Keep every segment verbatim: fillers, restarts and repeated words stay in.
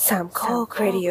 สามข้อครดิโอ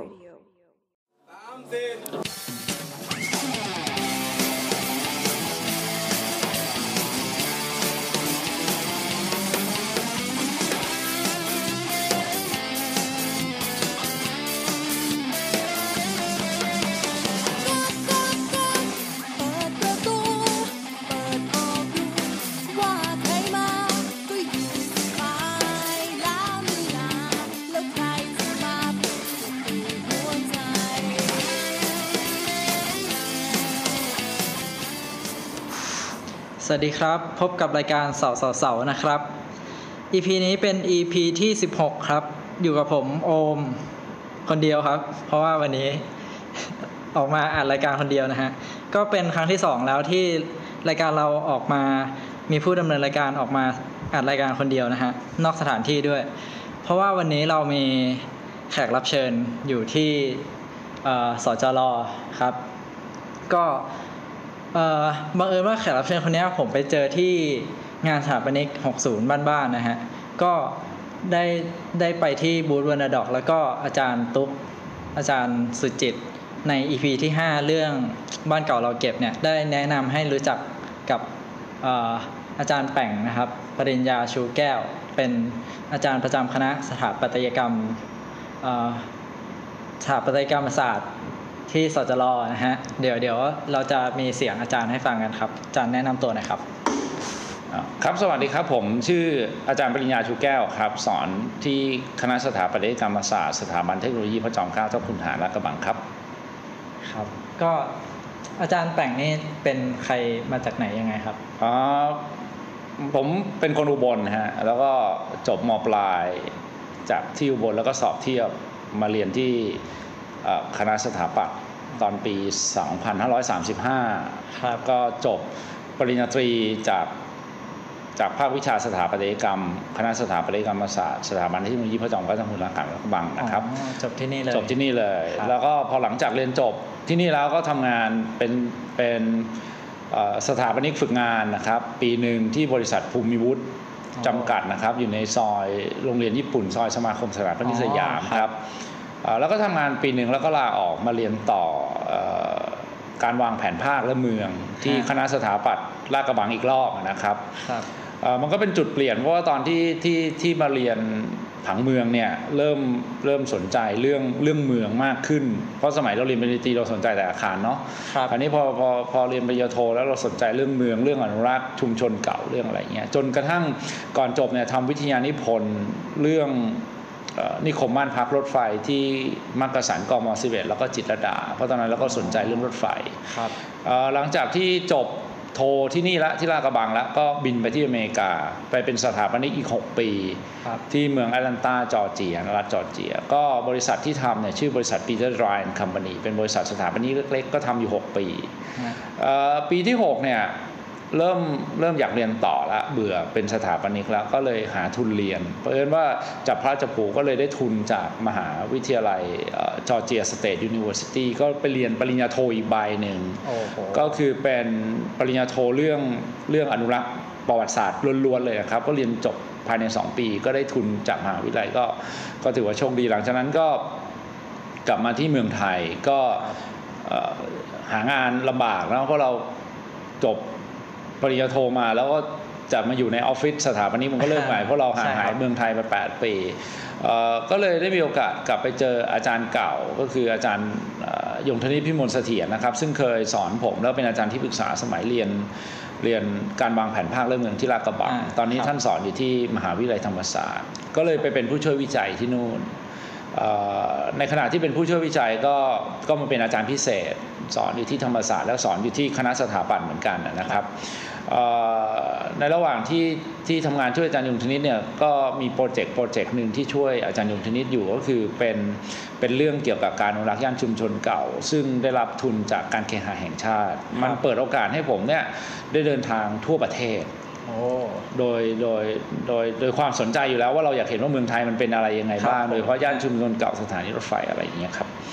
สวัสดีครับพบกับรายการเสาเสาเสานะครับ อี พี นี้เป็น อี พี ที่สิบหกครับอยู่กับผมโอมคนเดียวครับเพราะว่าวันนี้ ออกมาอัดรายการคนเดียวนะฮะก็เป็นครั้งที่สองแล้วที่รายการเราออกมามีผู้ดำเนินรายการออกมาอัดรายการคนเดียวนะฮะนอกสถานที่ด้วยเพราะว่าวันนี้เรามีแขกรับเชิญอยู่ที่สจร.ครับก็เอ่อบังเอิญว่าแขกรับเชิญคนนี้ผมไปเจอที่งานสถาปนิกหกสิบบ้านๆนะฮะก็ได้ได้ไปที่บูธวรรณดอกแล้วก็อาจารย์ตุ๊กอาจารย์สุจิตใน อี พี ที่ห้าเรื่องบ้านเก่าเราเก็บเนี่ยได้แนะนำให้รู้จักกับเอ่ออาจารย์แป่งนะครับปริญญาชูแก้วเป็นอาจารย์ประจำคณะสถาปัตยกรรมเอ่อสถาปัตยกรรมศาสตร์ที่สจร.นะฮะเดี๋ยวเดี๋ยวเราจะมีเสียงอาจารย์ให้ฟังกันครับอาจารย์แนะนำตัวหน่อยครับครับสวัสดีครับผมชื่ออาจารย์ปริญญาชูแก้วครับสอนที่คณะสถาปัตยกรรมศาสตร์สถาบันเทคโนโลยีพระจอมเกล้าเจ้าคุณทหารลาดกระบังครับครับก็อาจารย์แป่งนี่เป็นใครมาจากไหนยังไงครับอ๋อผมเป็นคนอุบลฮะแล้วก็จบม.ปลายจากที่อุบลแล้วก็สอบเทียบมาเรียนที่คณะสถาปัตย์ตอนปีสองพันห้าร้อยสามสิบห้าครับก็จบปริญญาตรีจากจากภาควิชาสถาปัตยกรรมคณะสถาปัตยกรรมศาสตร์สถาบันเทคโนโลยีพระจอมเกล้าเจ้าคุณทหารลาดกระบังนะครับจบที่นี่เลยจบที่นี่เลยแล้วก็พอหลังจากเรียนจบที่นี่แล้วก็ทำงานเป็นเป็นสถาปนิกฝึกงานนะครับปีหนึ่งที่บริษัทภูมิวุฒิจำกัดนะครับอยู่ในซอยโรงเรียนญี่ปุ่นซอยสมาคมสถาปนิกสยามครับแล้วก็ทำงานปีหนึ่งแล้วก็ลาออกมาเรียนต่อการวางแผนภาคและเมืองที่คณะสถาปัตย์ลาดกระบังอีกรอบนะครับมันก็เป็นจุดเปลี่ยนเพราะว่าตอนที่ที่ที่มาเรียนผังเมืองเนี่ยเริ่มเริ่มสนใจเรื่องเรื่องเมืองมากขึ้นเพราะสมัยเราเรียนปริญญาตรีเราสนใจแต่อาคารเนาะอันนี้พอพอพอเรียนปริญญาโทแล้วเราสนใจเรื่องเมืองเรื่องอนุรักษ์ชุมชนเก่าเรื่องอะไรเงี้ยจนกระทั่งก่อนจบเนี่ยทำวิทยานิพนธ์เรื่องนิคมบ้านพักรถไฟที่มักกะสันกม.สิบเอ็ดแล้วก็จิตรลดาเพราะตอนนั้นเราก็สนใจเรื่องรถไฟครับหลังจากที่จบโทที่นี่ละที่ลาดกระบังแล้วก็บินไปที่อเมริกาไปเป็นสถาปนิกอีกหกปีที่เมืองแอตแลนตาจอร์เจียรัฐจอร์เจียก็บริษัทที่ทำเนี่ยชื่อบริษัท Peter Dry and Company เป็นบริษัทสถาปนิกเล็กๆก็ทำอยู่หกปีปีที่หกเนี่ยเริ่มเริ่มอยากเรียนต่อแล้วเบื่อเป็นสถาปนิกแล้วก็เลยหาทุนเรียนเผอิญว่าจับพระจับผูก็เลยได้ทุนจากมหาวิทยาลัยจอร์เจียสเตทยูนิเวอร์ซิตี้ก็ไปเรียนปริญญาโทอีกใบหนึ่งก็คือเป็นปริญญาโทเรื่องเรื่องอนุรักษ์ประวัติศาสตร์ล้วนๆเลยครับก็เรียนจบภายในสองปีก็ได้ทุนจากมหาวิทยาลัยก็ก็ถือว่าโชคดีหลังจากนั้นก็กลับมาที่เมืองไทยก็หางานลำบากแล้วเพราะเราจบปริญญาโทมาแล้วก็จะมาอยู่ในออฟฟิศสถาปนิกมันก็เริ่มใหม่เพราะเราห่างหายเมืองไทยมาแปดปีก็เลยได้มีโอกาสกลับไปเจออาจารย์เก่าก็คืออาจารย์ยงธนิตพิมลเสถียรนะครับซึ่งเคยสอนผมแล้วเป็นอาจารย์ที่ปรึกษาสมัยเรียนเรียนการวางแผนภาคเรื่องเมืองที่ลาดกระบังตอนนี้ท่านสอนอยู่ที่มหาวิทยาลัยธรรมศาสตร์ก็เลยไปเป็นผู้ช่วยวิจัยที่นู่นในขณะที่เป็นผู้ช่วยวิจัยก็ก็มาเป็นอาจารย์พิเศษสอนอยู่ที่ธรรมศาสตร์แล้วสอนอยู่ที่คณะสถาปัตย์เหมือนกันนะครับในระหว่างที่ที่ทำงานช่วยอาจารย์ยงธนิตเนี่ยก็มีโปรเจกต์โปรเจกต์หนึ่งที่ช่วยอาจารย์ยงธนิตอยู่ก็คือเป็นเป็นเรื่องเกี่ยวกับการอนุรักษ์ย่านชุมชนเก่าซึ่งได้รับทุนจากการเคหะแห่งชาติมันเปิดโอกาสให้ผมเนี่ยได้เดินทางทั่วประเทศโดยโดยโดยโดยความสนใจอยู่แล้วว่าเราอยากเห็นว่าเมืองไทยมันเป็นอะไรยังไงบ้างโดยเฉพาะย่านชุมชนเก่าสถานีรถไฟอะไรอย่างเงี้ยครับ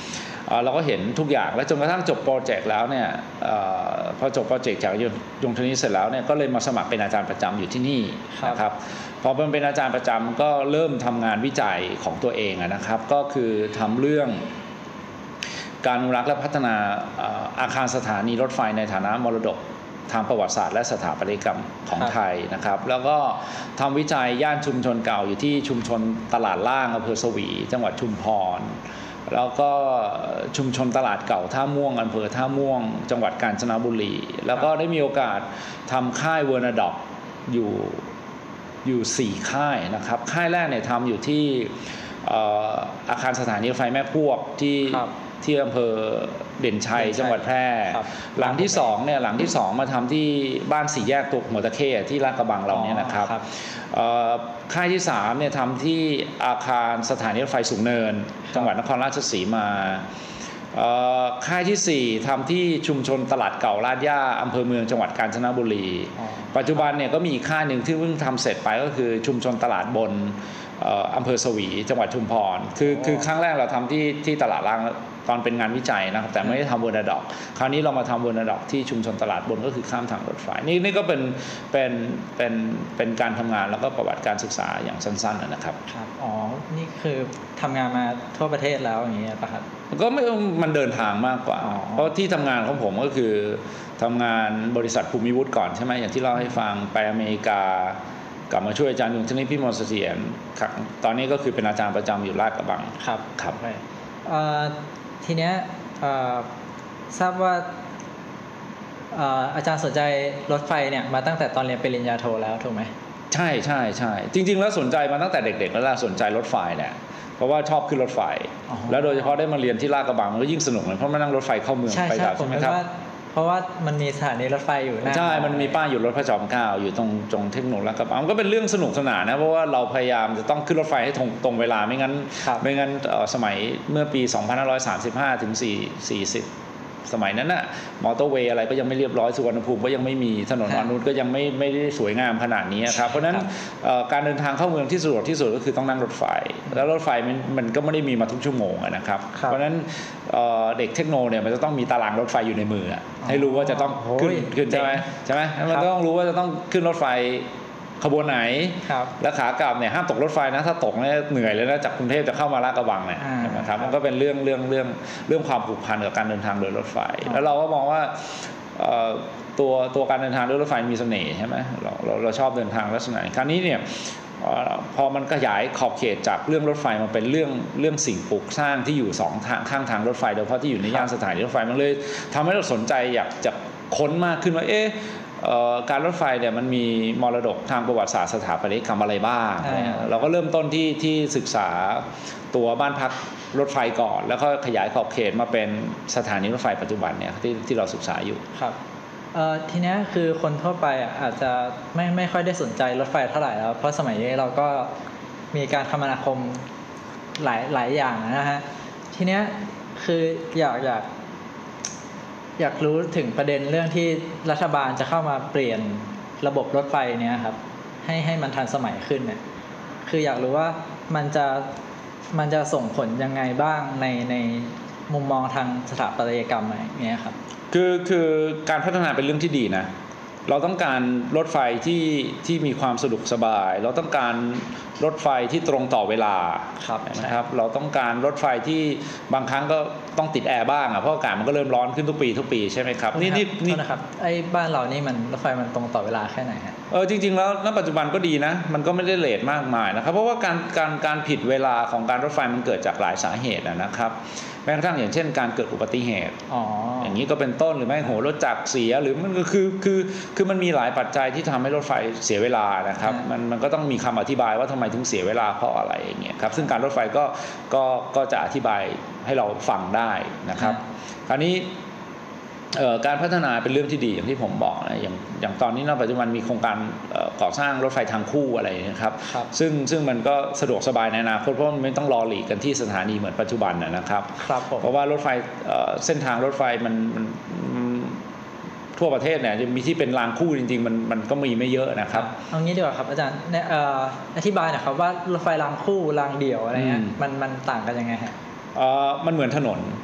เราก็เห็นทุกอย่างแล้วจนกระทั่งจบโปรเจกต์แล้วเนี่ยพอจบโปรเจกต์จากยงธนิเสร็จแล้วเนี่ยก็เลยมาสมัครเป็นอาจารย์ประจำอยู่ที่นี่นะครับพอเป็นอาจารย์ประจำก็เริ่มทำงานวิจัยของตัวเองนะครับก็คือทำเรื่องการอนุรักษ์และพัฒนาอาคารสถานีรถไฟในฐานะมรดกทางประวัติศาสตร์และสถาปัตยกรรมของไทยนะครับแล้วก็ทำวิจัยย่านชุมชนเก่าอยู่ที่ชุมชนตลาดล่างอำเภอสวี จังหวัดชุมพรแล้วก็ชุมชนตลาดเก่าท่าม่วงอำเภอท่าม่วงจังหวัดกาญจนบุรีแล้วก็ได้มีโอกาสทำค่ายเวอร์นาด็อกอยู่อยู่สี่ค่ายนะครับค่ายแรกเนี่ยทำอยู่ที่อาคารสถานีรถไฟแม่พวกที่ที่อำเภอเด่นชัยจังหวัดแพร่หลังที่สองเนี่ยหลังที่สองมาทำที่บ้านสี่แยกตัวหัวตะเข้ที่ลาดกระบังเราเนี่ยนะครับค่ายที่สามเนี่ยทำที่อาคารสถานีรถไฟสูงเนินจังหวัดนครราชสีมาค่ายที่สี่ทำที่ชุมชนตลาดเก่าลาดย่าอำเภอเมืองจังหวัดกาญจนบุรีปัจจุบันเนี่ยก็มีอีกค่ายหนึ่งที่เพิ่งทำเสร็จไปก็คือชุมชนตลาดบนอำเภอสวีจังหวัดชุมพรคือคือครั้งแรกเราทำที่ที่ตลาดล่างตอนเป็นงานวิจัยนะครับแต่ไม่ได้ทำเวอร์นาด็อกคราวนี้เรามาทำเวอร์นาด็อกที่ชุมชนตลาดบนก็คือข้ามทางรถไฟนี่นี่ก็เป็นเป็นเป็นเป็นการทำงานแล้วก็ประวัติการศึกษาอย่างสั้นๆนะครับครับอ๋อนี่คือทำงานมาทั่วประเทศแล้วอย่างนี้ป่ะครับก็ไม่มันเดินทางมากกว่าเพราะที่ทำงานของผมก็คือทำงานบริษัทภูมิวุฒิก่อนใช่ไหมอย่างที่เล่าให้ฟังไปอเมริกากลับมาช่วยอาจารย์ยงธนิพิมลเสถียรตอนนี้ก็คือเป็นอาจารย์ประจำอยู่ลาดกระบังครับครับทีเนี้ยทราบว่าอาจารย์สนใจรถไฟเนี่ยมาตั้งแต่ตอนเรียนปริญญาโทแล้วถูกไหมใช่ใช่ใช่จริงๆแล้วสนใจมาตั้งแต่เด็กๆแล้วล่ะสนใจรถไฟเนี่ยเพราะว่าชอบขึ้นรถไฟแล้วโดยเฉพาะได้มาเรียนที่ลาดกระบังมันก็ยิ่งสนุกเลยเพราะมานั่งรถไฟเข้าเมืองไปแบบใช่ไหมครับเพราะว่ามันมีสถานีรถไฟอยู่นะใช่มันมีป้ายอยู่รถพระจอมเกล้าอยู่ตรงตรงเทคโนโลยีครับมันก็เป็นเรื่องสนุกสนานนะเพราะว่าเราพยายามจะต้องขึ้นรถไฟให้ตรงตรงเวลาไม่งั้นไม่งั้นสมัยเมื่อปีสองพันห้าร้อยสามสิบห้าถึงสี่สิบสมัยนั้นน่ะมอเตอร์เวย์อะไรก็ยังไม่เรียบร้อยสุวรรณภูมิก็ยังไม่มีถนนอนุก็ยังไม่ไม่ได้สวยงามขนาดนี้ครับเพราะฉะนั้นการเดินทางเข้าเมืองที่สะดวกที่สุดก็คือต้องนั่งรถไฟแล้วรถไฟมันมันก็ไม่ได้มีมาทุกชั่วโมงนะครับเพราะฉะนั้นเด็กเทคโนเนี่ยมันจะต้องมีตารางรถไฟอยู่ในมือให้รู้ว่าจะต้องขึ้นขึ้นใช่ไหมใช่ไหมมันต้องรู้ว่าจะต้องขึ้นรถไฟขบวนไหนแล้วขากลับเนี่ยห้ามตกรถไฟนะถ้าตกเนี่ยเหนื่อยเลยนะจากกรุงเทพจะเข้ามาลาดกระบังเนี่ยนะครับมันก็เป็นเรื่องเรื่องเรื่องเรื่องความผูกพันกับการเดินทางโดยรถไฟแล้วเราก็มองว่าตัวตัวการเดินทางด้วยรถไฟมีเสน่ห์ใช่ไหมเราเราเราชอบเดินทางลักษณะคราวนี้เนี่ยพอมันขยายขอบเขตจากเรื่องรถไฟมาเป็นเรื่องเรื่องสิ่งปลูกสร้างที่อยู่สองทางข้างทางรถไฟโดยเฉพาะที่อยู่ในย่านสถานีรถไฟมันเลยทำให้เราสนใจอยากจะค้นมากขึ้นว่าเอ๊ะการรถไฟเนี่ยมันมีมรดกทางประวัติศาสตร์สถาปัตยกรรมอะไรบ้างเราก็เริ่มต้นที่ที่ศึกษาตัวบ้านพักรถไฟก่อนแล้วก็ขยายขอบเขตมาเป็นสถานีรถไฟปัจจุบันเนี่ยที่ที่เราศึกษาอยู่ครับทีนี้คือคนทั่วไปอาจจะไม่ไม่ค่อยได้สนใจรถไฟเท่าไหร่แล้วเพราะสมัยนี้เราก็มีการคมนาคมหลายหลายอย่างนะฮะทีนี้คืออยากอยากอยากรู้ถึงประเด็นเรื่องที่รัฐบาลจะเข้ามาเปลี่ยนระบบรถไฟเนี่ยครับให้ให้มันทันสมัยขึ้นเนี่ยคืออยากรู้ว่ามันจะมันจะส่งผลยังไงบ้างในในมุมมองทางสถาปัตยกรรมอะไรอย่างเงี้ยครับคือคือการพัฒนาเป็นเรื่องที่ดีนะเราต้องการรถไฟที่ที่มีความสะดวกสบายเราต้องการรถไฟที่ตรงต่อเวลานะครับเราต้องการรถไฟที่บางครั้งก็ต้องติดแอร์บ้างอ่ะเพราะอากาศมันก็เริ่มร้อนขึ้นทุกปีทุกปีใช่ไหมครับนี่นี่นี่นะครับไอ้บ้านเรานี่มันรถไฟมันตรงต่อเวลาแค่ไหนฮะเออจริงๆแล้วณปัจจุบันก็ดีนะมันก็ไม่ได้เลทมากมายนะครับเพราะว่าการการการผิดเวลาของการรถไฟมันเกิดจากหลายสาเหตุนะครับแม้กระทั่งอย่างเช่นการเกิดอุบัติเหตุ อ, อย่างนี้ก็เป็นต้นหรือไม่โหรถจักรเสียหรือมันก็คือคือคือมันมีหลายปัจจัยที่ทำให้รถไฟเสียเวลานะครับมันมันก็ต้องมีคำอธิบายว่าทำไมถึงเสียเวลาเพราะอะไรอย่างเงี้ยครับซึ่งการรถไฟก็ก็ก็จะอธิบายให้เราฟังได้นะครับคราวนี้การพัฒนาเป็นเรื่องที่ดีอย่างที่ผมบอกนะอย่างอย่างตอนนี้ในปัจจุบันมีโครงการก่อสร้างรถไฟทางคู่อะไรนะครับซึ่งซึ่งมันก็สะดวกสบายในอนาคตเพราะมันไม่ต้องรอหลีกกันที่สถานีเหมือนปัจจุบันนะครับเพราะว่ารถไฟเส้นทางรถไฟมันมันทั่วประเทศเนี่ยมีที่เป็นรางคู่จริงๆมันมันก็มีไม่เยอะนะครับเอางี้ดีกว่าครับอาจารย์อธิบายหน่อยครับว่ารถไฟรางคู่รางเดี่ยวอะไรเงี้ยมันมันต่างกันยังไงฮะมันเหมือนถนนถ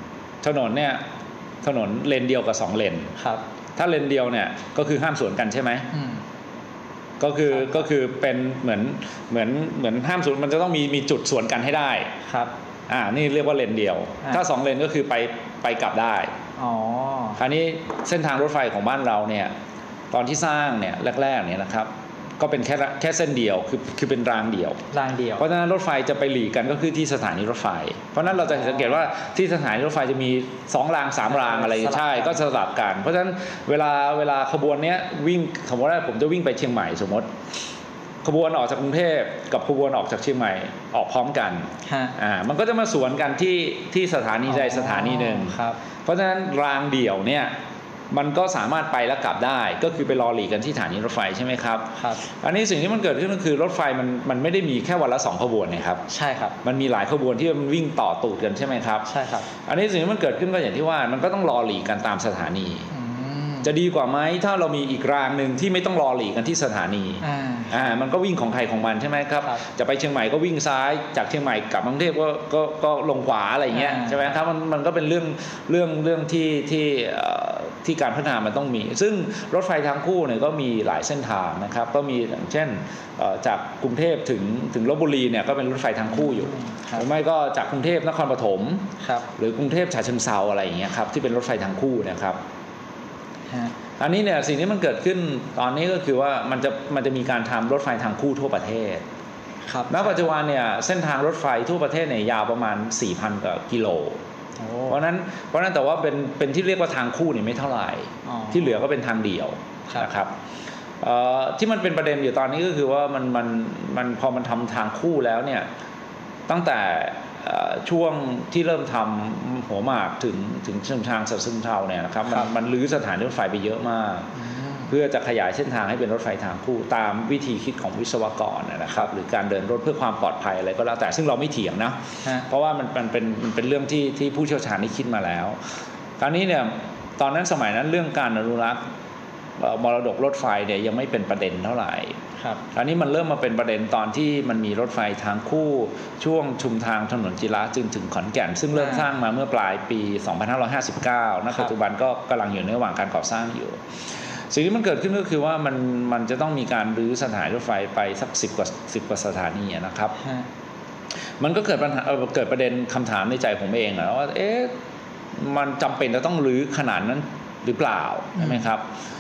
ถนนเนี่ยถนนเลนเดียวกับสองเลนครับถ้าเลนเดียวเนี่ยก็คือห้ามสวนกันใช่ไหมก็คือก็คือเป็นเหมือนเหมือนเหมือนห้ามสวนมันจะต้องมีมีจุดสวนกันให้ได้ครับอ่านี่เรียกว่าเลนเดียวถ้าสองเลนก็คือไปไปกลับได้อ๋อคราวนี้เส้นทางรถไฟของบ้านเราเนี่ยตอนที่สร้างเนี่ยแรกๆเนี่ยนะครับก็เป็นแค่แค่เส้นเดียวคือคือเป็นรางเดียวรางเดียวเพราะฉะนั้นรถไฟจะไปหลีกกันก็คือที่สถานีรถไฟเพราะนั้นเราจะสังเกตว่าที่สถานีรถไฟจะมีสองรางสามรางอะไรใช่ก็สลับกันเพราะฉะนั้นเวลาเวลาขบวนเนี้ยวิ่งสมมติว่าผมจะวิ่งไปเชียงใหม่สมมติขบวนออกจากกรุงเทพกับขบวนออกจากเชียงใหม่ออกพร้อมกันอ่ามันก็จะมาสวนกันที่ที่สถานีใดสถานีหนึ่งเพราะฉะนั้นรางเดี่ยวเนี่ยมันก็สามารถไปแล้วกลับได้ก็คือไปรอหลีกกันที่สถานีรถไฟใช่ไหมครับครับอันนี้สิ่งที่มันเกิดขึ้นก็คือรถไฟมันมันไม่ได้มีแค่วันละสองขบวนนะครับใช่ครับมันมีหลายขบวนที่มันวิ่งต่อตูดกันใช่ไหมครับใช่ครับอันนี้สิ่งที่มันเกิดขึ้นก็อย่างที่ว่ามันก็ต้องรอหลีกกันตามสถานีจะดีกว่าไหมถ้าเรามีอีกรางหนึ่งที่ไม่ต้องรอหลีกกันที่สถานีอ่ามันก็วิ่งของใครของมันใช่ไหมครับจะไปเชียงใหม่ก็วิ่งซ้ายจากเชียงใหม่กลับกรุงเทพก็ก็ก็ลงขวาอะไรเงี้ยใช่ไหมครับมันมันก็เป็นเรื่องเรื่องเรื่องที่ที่ที่การพัฒนามันต้องมีซึ่งรถไฟทางคู่เนี่ยก็มีหลายเส้นทางนะครับก็มีอย่างเช่นจากกรุงเทพถึงถึงลพบุรีเนี่ยก็เป็นรถไฟทางคู่อยู่หรือไม่ก็จากกรุงเทพนครปฐมหรือกรุงเทพฉะเชิงเทราอะไรอย่างเงี้ยครับที่เป็นรถไฟทางคู่นะครับอันนี้เนี่ยสิ่งที่มันเกิดขึ้นตอนนี้ก็คือว่ามันจะมันจะมีการทำรถไฟทางคู่ทั่วประเทศครับณปัจจุบันเนี่ยเส้นทางรถไฟทั่วประเทศเนี่ยยาวประมาณ สี่พัน กว่ากิโลเพราะนั้นเพราะนั้นแต่ว่าเป็นเป็นที่เรียกว่าทางคู่เนี่ยไม่เท่าไหร่ที่เหลือก็เป็นทางเดี่ยวนะครับที่มันเป็นประเด็นอยู่ตอนนี้ก็คือว่ามันมันมันพอมันทำทางคู่แล้วเนี่ยตั้งแต่ช่วงที่เริ่มทำหัวหมากถึงถึงเส้นทางสัตว์ซึ่งเทาเนี่ยนะครับมันมันลื้อสถานีรถไฟไปเยอะมากเพื่อจะขยายเส้นทางให้เป็นรถไฟทางคู่ตามวิธีคิดของวิศวกรนะครับหรือการเดินรถเพื่อความปลอดภัยอะไรก็แล้วแต่ซึ่งเราไม่เถียงนะเพราะว่ามันมันเป็นมันเป็นเรื่องที่ที่ผู้เชี่ยวชาญได้คิดมาแล้วคราวนี้เนี่ยตอนนั้นสมัยนั้นเรื่องการอนุรักษ์มรดกรถไฟเนี่ยยังไม่เป็นประเด็นเท่าไหร่คราวนี้มันเริ่มมาเป็นประเด็นตอนที่มันมีรถไฟทางคู่ช่วงชุมทางถนนจิระจึงถึงขอนแก่นซึ่งเริ่มสร้างมาเมื่อปลายปีสองพันห้าร้อยห้าสิบเก้าณปัจจุบันก็กำลังอยู่ในระหว่างการก่อสร้างอยู่สิ่งที่มันเกิดขึ้นก็คือว่ามันมันจะต้องมีการรื้อสถานีรถไฟไปสักสิบกว่าสิบกว่าสถานีนะครับมันก็เกิดปัญหาเกิดประเด็นคำถามในใจผมเองอะว่าเอ๊ะมันจำเป็นจะต้องรื้อขนาดนั้นหรือเปล่าใช่ไหมครับ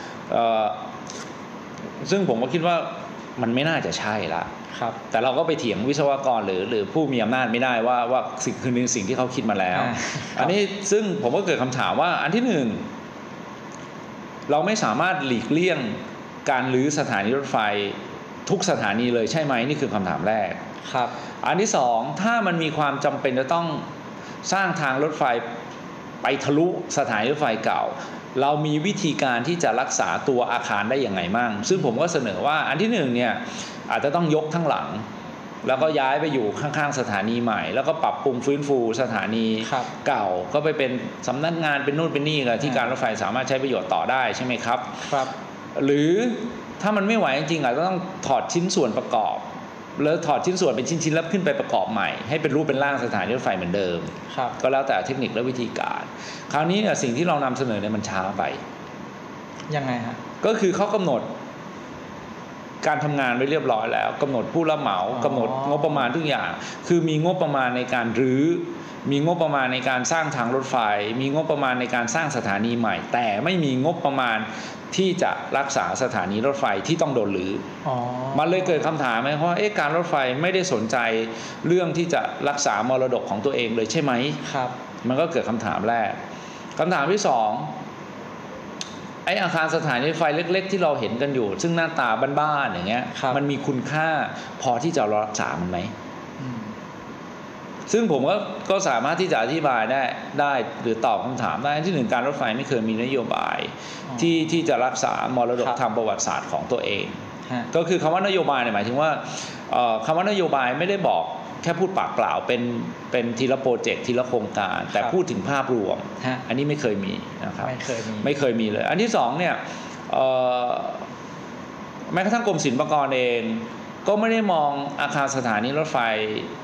ซึ่งผมก็คิดว่ามันไม่น่าจะใช่ละครับแต่เราก็ไปเถียงวิศวกรหรือหรือผู้มีอำนาจไม่ได้ว่าว่าสิ่งคือหนึ่งสิ่งที่เขาคิดมาแล้ว อันนี้ซึ่งผมก็เกิดคำถามว่าอันที่หนึ่งเราไม่สามารถหลีกเลี่ยงการรื้อสถานีรถไฟทุกสถานีเลยใช่ไหมนี่คือคำถามแรกครับอันที่สองถ้ามันมีความจำเป็นจะต้องสร้างทางรถไฟไปทะลุสถานีรถไฟเก่าเรามีวิธีการที่จะรักษาตัวอาคารได้อย่างไงมั่งซึ่งผมก็เสนอว่าอันที่หนึ่งเนี่ยอาจจะต้องยกทั้งหลังแล้วก็ย้ายไปอยู่ข้างๆสถานีใหม่แล้วก็ปรับปรุงฟื้นฟูสถานีเก่าก็ไปเป็นสำนักงานเป็นนู่นเป็นนี่กันที่การรถไฟสามารถใช้ประโยชน์ต่อได้ใช่ไหมครับครับหรือถ้ามันไม่ไหวจริงๆอาจจะต้องถอดชิ้นส่วนประกอบแล้วถอดชิ้นส่วนเป็นชิ้นๆแล้วขึ้นไปประกอบใหม่ให้เป็นรูปเป็นร่างสถานีรถไฟเหมือนเดิมก็แล้วแต่เทคนิคและวิธีการคราวนี้เนี่ยสิ่งที่เรานำเสนอเนี่ยมันช้าไปยังไงฮะก็คือเขากำหนดการทำงานไว้เรียบร้อยแล้วกำหนดผู้รับเหมากำหนดงบประมาณทุกอย่างคือมีงบประมาณในการรื้อมีงบประมาณในการสร้างทางรถไฟมีงบประมาณในการสร้างสถานีใหม่แต่ไม่มีงบประมาณที่จะรักษาสถานีรถไฟที่ต้องโดนรื้อมันเลยเกิดคำถามไหมเพราะเอ๊ะการรถไฟไม่ได้สนใจเรื่องที่จะรักษามรดกของตัวเองเลยใช่ไหมครับมันก็เกิดคำถามแรกคำถามที่สองไออาคารสถานีรถไฟเล็กๆที่เราเห็นกันอยู่ซึ่งหน้าตาบ้านๆอย่างเงี้ยมันมีคุณค่าพอที่จะรักษามันไหมซึ่งผมก็ก็สามารถที่จะอธิบายได้ได้หรือตอบคำถามได้ที่หนึ่งการรถไฟไม่เคยมีนโยบายที่ที่จะรักษามรดกทางประวัติศาสตร์ของตัวเองก็คือคำว่านโยบายเนี่ยหมายถึงว่าคำว่านโยบายไม่ได้บอกแค่พูดปากเปล่าเป็นเป็นทีละโปรเจกต์ทีละโครงการแต่พูดถึงภาพรวมอันนี้ไม่เคยมีนะครับไม่เคยมีไม่เคยมีเลยอันที่สองเนี่ยแม้กระทั่งกรมศิลปากรเองก็ไม่ได้มองอาคารสถานีรถไฟ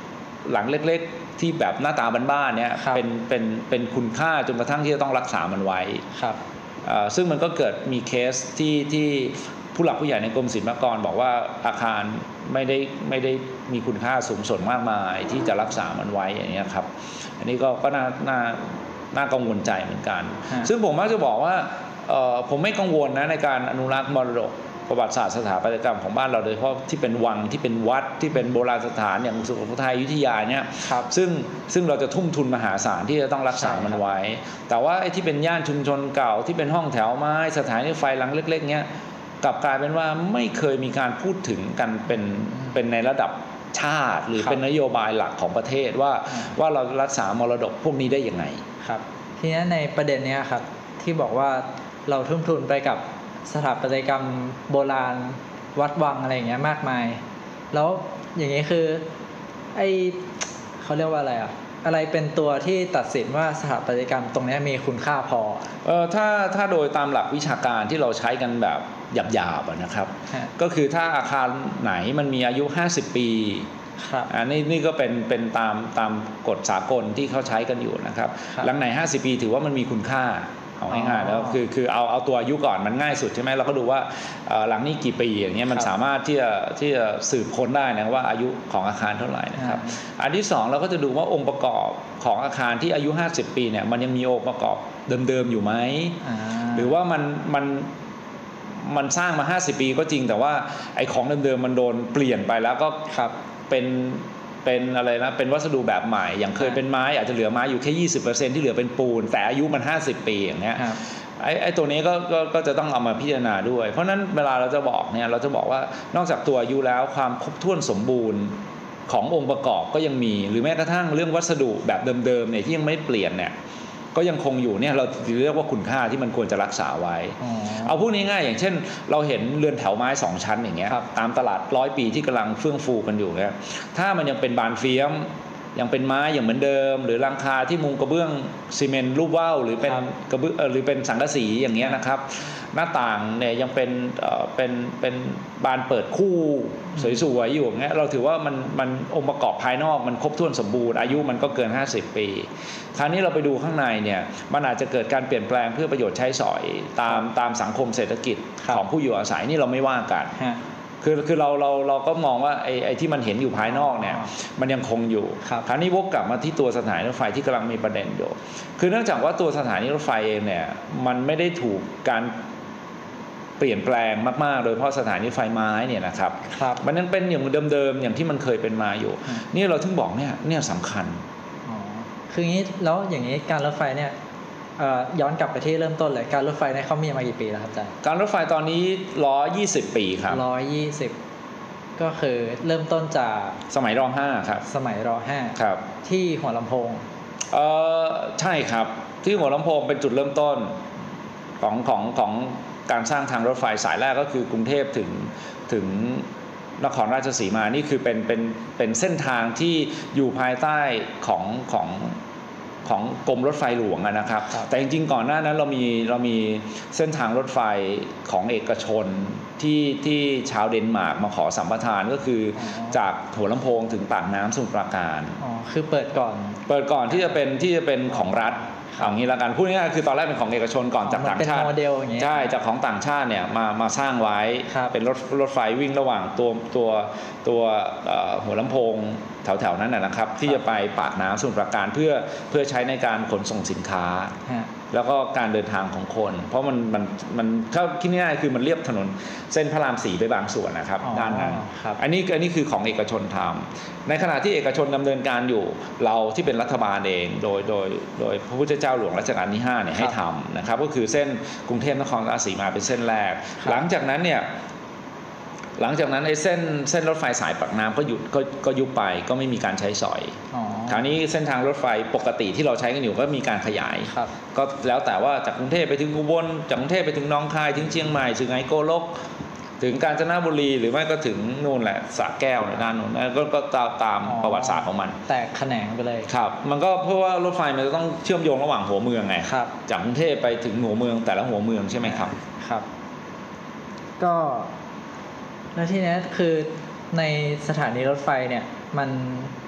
หลังเล็กๆที่แบบหน้าตาบ้านๆเนี่ยเป็นเป็นเป็นคุณค่าจนกระทั่งที่จะต้องรักษามันไว้ครับซึ่งมันก็เกิดมีเคสที่ที่ผู้หลักผู้ใหญ่ในกรมศิลปากรบอกว่าอาคารไม่ได้ไม่ได้มีคุณค่าสูงส่งมากมายที่จะรักษามันไว้อย่างนี้ครับอันนี้ก็ก็น่าน่าน่ากังวลใจเหมือนกันซึ่งผมมักจะบอกว่าผมไม่กังวลนะในการอนุรักษ์มรดกประวัติศาสตร์สถาปัตยกรรมของบ้านเราโดยเฉพาะที่เป็นวังที่เป็นวัดที่เป็นโบราณสถานอย่างสุโขทัยอยุธยาเนี่ยซึ่งซึ่งเราจะทุ่มทุนมหาศาลที่จะต้องรักษามันไว้แต่ว่าไอ้ที่เป็นย่านชุมชนเก่าที่เป็นห้องแถวไม้สถานีไฟหลังเล็กๆเนี้ยกลับกลายเป็นว่าไม่เคยมีการพูดถึงกันเป็นเป็นในระดับชาติหรือเป็นนโยบายหลักของประเทศว่าว่าเรารักษามรดกพวกนี้ได้ยังไงครับทีนี้ในประเด็นนี้ครับที่บอกว่าเราทุ่มทุนไปกับสถาปัตยกรรมโบราณวัดวังอะไรอย่างเงี้ยมากมายแล้วอย่างนี้คือไอเขาเรียกว่าอะไรอ่ะอะไรเป็นตัวที่ตัดสินว่าสถาปัตยกรรมตรงนี้มีคุณค่าพอเออถ้าถ้าโดยตามหลักวิชาการที่เราใช้กันแบบหยาบๆนะครับก็คือถ้าอาคารไหนมันมีอายุห้าสิบปีครับอันนี้นี่ก็เป็นเป็นตามตามกฎสากลที่เขาใช้กันอยู่นะครับหลังไหนห้าสิบปีถือว่ามันมีคุณค่าเอาง่ายๆแล้วคือคือเอาเอาตัวอายุก่อนมันง่ายสุดใช่ไหมเราก็ดูว่าหลังนี้กี่ปีอย่างเงี้ยมันสามารถที่จะที่จะสืบค้นได้นะว่าอายุของอาคารเท่าไหร่นะครับอันที่สองเราก็จะดูว่าองค์ประกอบของอาคารที่อายุห้าสิบปีเนี่ยมันยังมีองค์ประกอบเดิมๆอยู่ไหมหรือว่ามันมันมันสร้างมาห้าสิบปีก็จริงแต่ว่าไอ้ของเดิมๆมันโดนเปลี่ยนไปแล้วก็เป็นเป็นอะไรนะเป็นวัสดุแบบใหม่อย่างเคยเป็นไม้อาจจะเหลือไม้อยู่แค่ ยี่สิบเปอร์เซ็นต์ ที่เหลือเป็นปูนแต่อายุมันห้าสิบปีอย่างเงี้ยไอ้ไอ้ตัวนี้ก็ก็ก็จะต้องเอามาพิจารณาด้วยเพราะนั้นเวลาเราจะบอกเนี่ยเราจะบอกว่านอกจากตัวอายุแล้วความครบถ้วนสมบูรณ์ขององค์ประกอบก็ยังมีหรือแม้กระทั่งเรื่องวัสดุแบบเดิมๆเนี่ยที่ยังไม่เปลี่ยนเนี่ยก็ยังคงอยู่เนี่ยเราเรียกว่าคุณค่าที่มันควรจะรักษาไว้เอาพูดง่ายๆอย่างเช่นเราเห็นเรือนแถวไม้สองชั้นอย่างเงี้ยตามตลาดร้อยปีที่กำลังเฟื่องฟูกันอยู่เนี่ยถ้ามันยังเป็นบานเฟียมยังเป็นไม้อย่างเหมือนเดิมหรือหลังคาที่มุงกระเบื้องซีเมนต์รูปว่าวหรือเป็นกระเบื้องหรือเป็นสังกะสีอย่างเงี้ยนะครับหน้าต่างเนี่ยยังเป็นเอ่อเป็นเป็นบานเปิดคู่สวยๆอยู่อย่างเงี้ยเราถือว่ามันมันองค์ประกอบภายนอกมันครบถ้วนสมบูรณ์อายุมันก็เกินห้าสิบปีคราวนี้เราไปดูข้างในเนี่ยมันอาจจะเกิดการเปลี่ยนแปลงเพื่อประโยชน์ใช้สอยตามตามสังคมเศรษฐกิจของผู้อยู่อาศัยนี่เราไม่ว่ากันคือคือเราเราเราก็มองว่าไอ้ไอ้ที่มันเห็นอยู่ภายนอกเนี่ยมันยังคงอยู่คราวนี้วกกลับมาที่ตัวสถานีรถไฟที่กำลังมีประเด็นอยู่คือเนื่องจากว่าตัวสถานีรถไฟเองเนี่ยมันไม่ได้ถูกการเปลี่ยนแปลงมากๆโดยเฉพาะสถานีรถไฟไม้เนี่ยนะครับมันยังเป็นอย่างเดิมๆอย่างที่มันเคยเป็นมาอยู่นี่เราถึงบอกเนี่ยเนี่ยสำคัญอ๋อคืองี้แล้วอย่างนี้การรถไฟเนี่ยย้อนกลับไปที่เริ่มต้นเลยการรถไฟเนี่ยเขามีมากี่ปีแล้วครับอาจารย์การรถไฟตอนนี้หนึ่งร้อยยี่สิบปีครับหนึ่งร้อยยี่สิบก็คือเริ่มต้นจากสมัยรห้าครับสมัยรห้าครับที่หัวลำโพงเออใช่ครับที่หัวลำโพงเป็นจุดเริ่มต้นของของของการสร้างทางรถไฟสายแรกก็คือกรุงเทพถึงถึงนครราชสีมานี่คือเป็นเป็นเป็นเส้นทางที่อยู่ภายใต้ของของของกรมรถไฟหลวงนะครับแต่จริงๆก่อนหน้านั้นเรามีเรามีเส้นทางรถไฟของเอกชนที่ที่ชาวเดนมาร์กมาขอสัมปทานก็คือจากหัวลำโพงถึงปากน้ำสมุทรปราการอ๋อคือเปิดก่อนเปิดก่อนที่จะเป็นที่จะเป็นของรัฐอย่างนี้ละกันพูดง่ายๆคือตอนแรกเป็นของเอกชนก่อนจากต่างชาติใช่จากของต่างชาติเนี่ยมามาสร้างไว้เป็นรถรถไฟวิ่งระหว่างตัวตัวตัวหัวลำโพงแถวๆนั้นนะครับที่จะไปปากน้ำสมุทรปราการเพื่อเพื่อใช้ในการขนส่งสินค้าแล้วก็การเดินทางของคนเพราะมันมันมันถ้าคิดง่ายๆคือมันเรียบถนนเส้นพระรามสี่ไปบางส่วนนะครับด้านนั้นอันนี้อันนี้คือของเอกชนทำในขณะที่เอกชนดำเนินการอยู่เราที่เป็นรัฐบาลเองโดยโดยโดยพระพุทธเจ้าหลวงรัชกาลที่ห้าเนี่ยให้ทำนะครับก็คือเส้นกรุงเทพนครราชสีมาเป็นเส้นแรกหลังจากนั้นเนี่ยหลังจากนั้นไอ้เส้นเส้นรถไฟสายปากน้ำก็หยุดก็ก็ยุบไปก็ไม่มีการใช้สอยคราวนี้เส้นทางรถไฟปกติที่เราใช้กันอยู่ก็มีการขยายก็แล้วแต่ว่าจากกรุงเทพไปถึงอุบลจากกรุงเทพไปถึงหนองคายถึงเชียงใหม่ถึงไอโกลกถึงกาญจนบุรีหรือไม่ก็ถึงนู่นแหละสระแก้วในด้านนู้นก็ก็ตามตามประวัติศาสตร์ของมันแตกแขนงไปเลยครับมันก็เพราะว่ารถไฟมันจะต้องเชื่อมโยงระหว่างหัวเมืองไงจากกรุงเทพไปถึงหัวเมืองแต่ละหัวเมืองใช่ไหมครับครับก็แล้วที่นี้คือในสถานีรถไฟเนี่ยมัน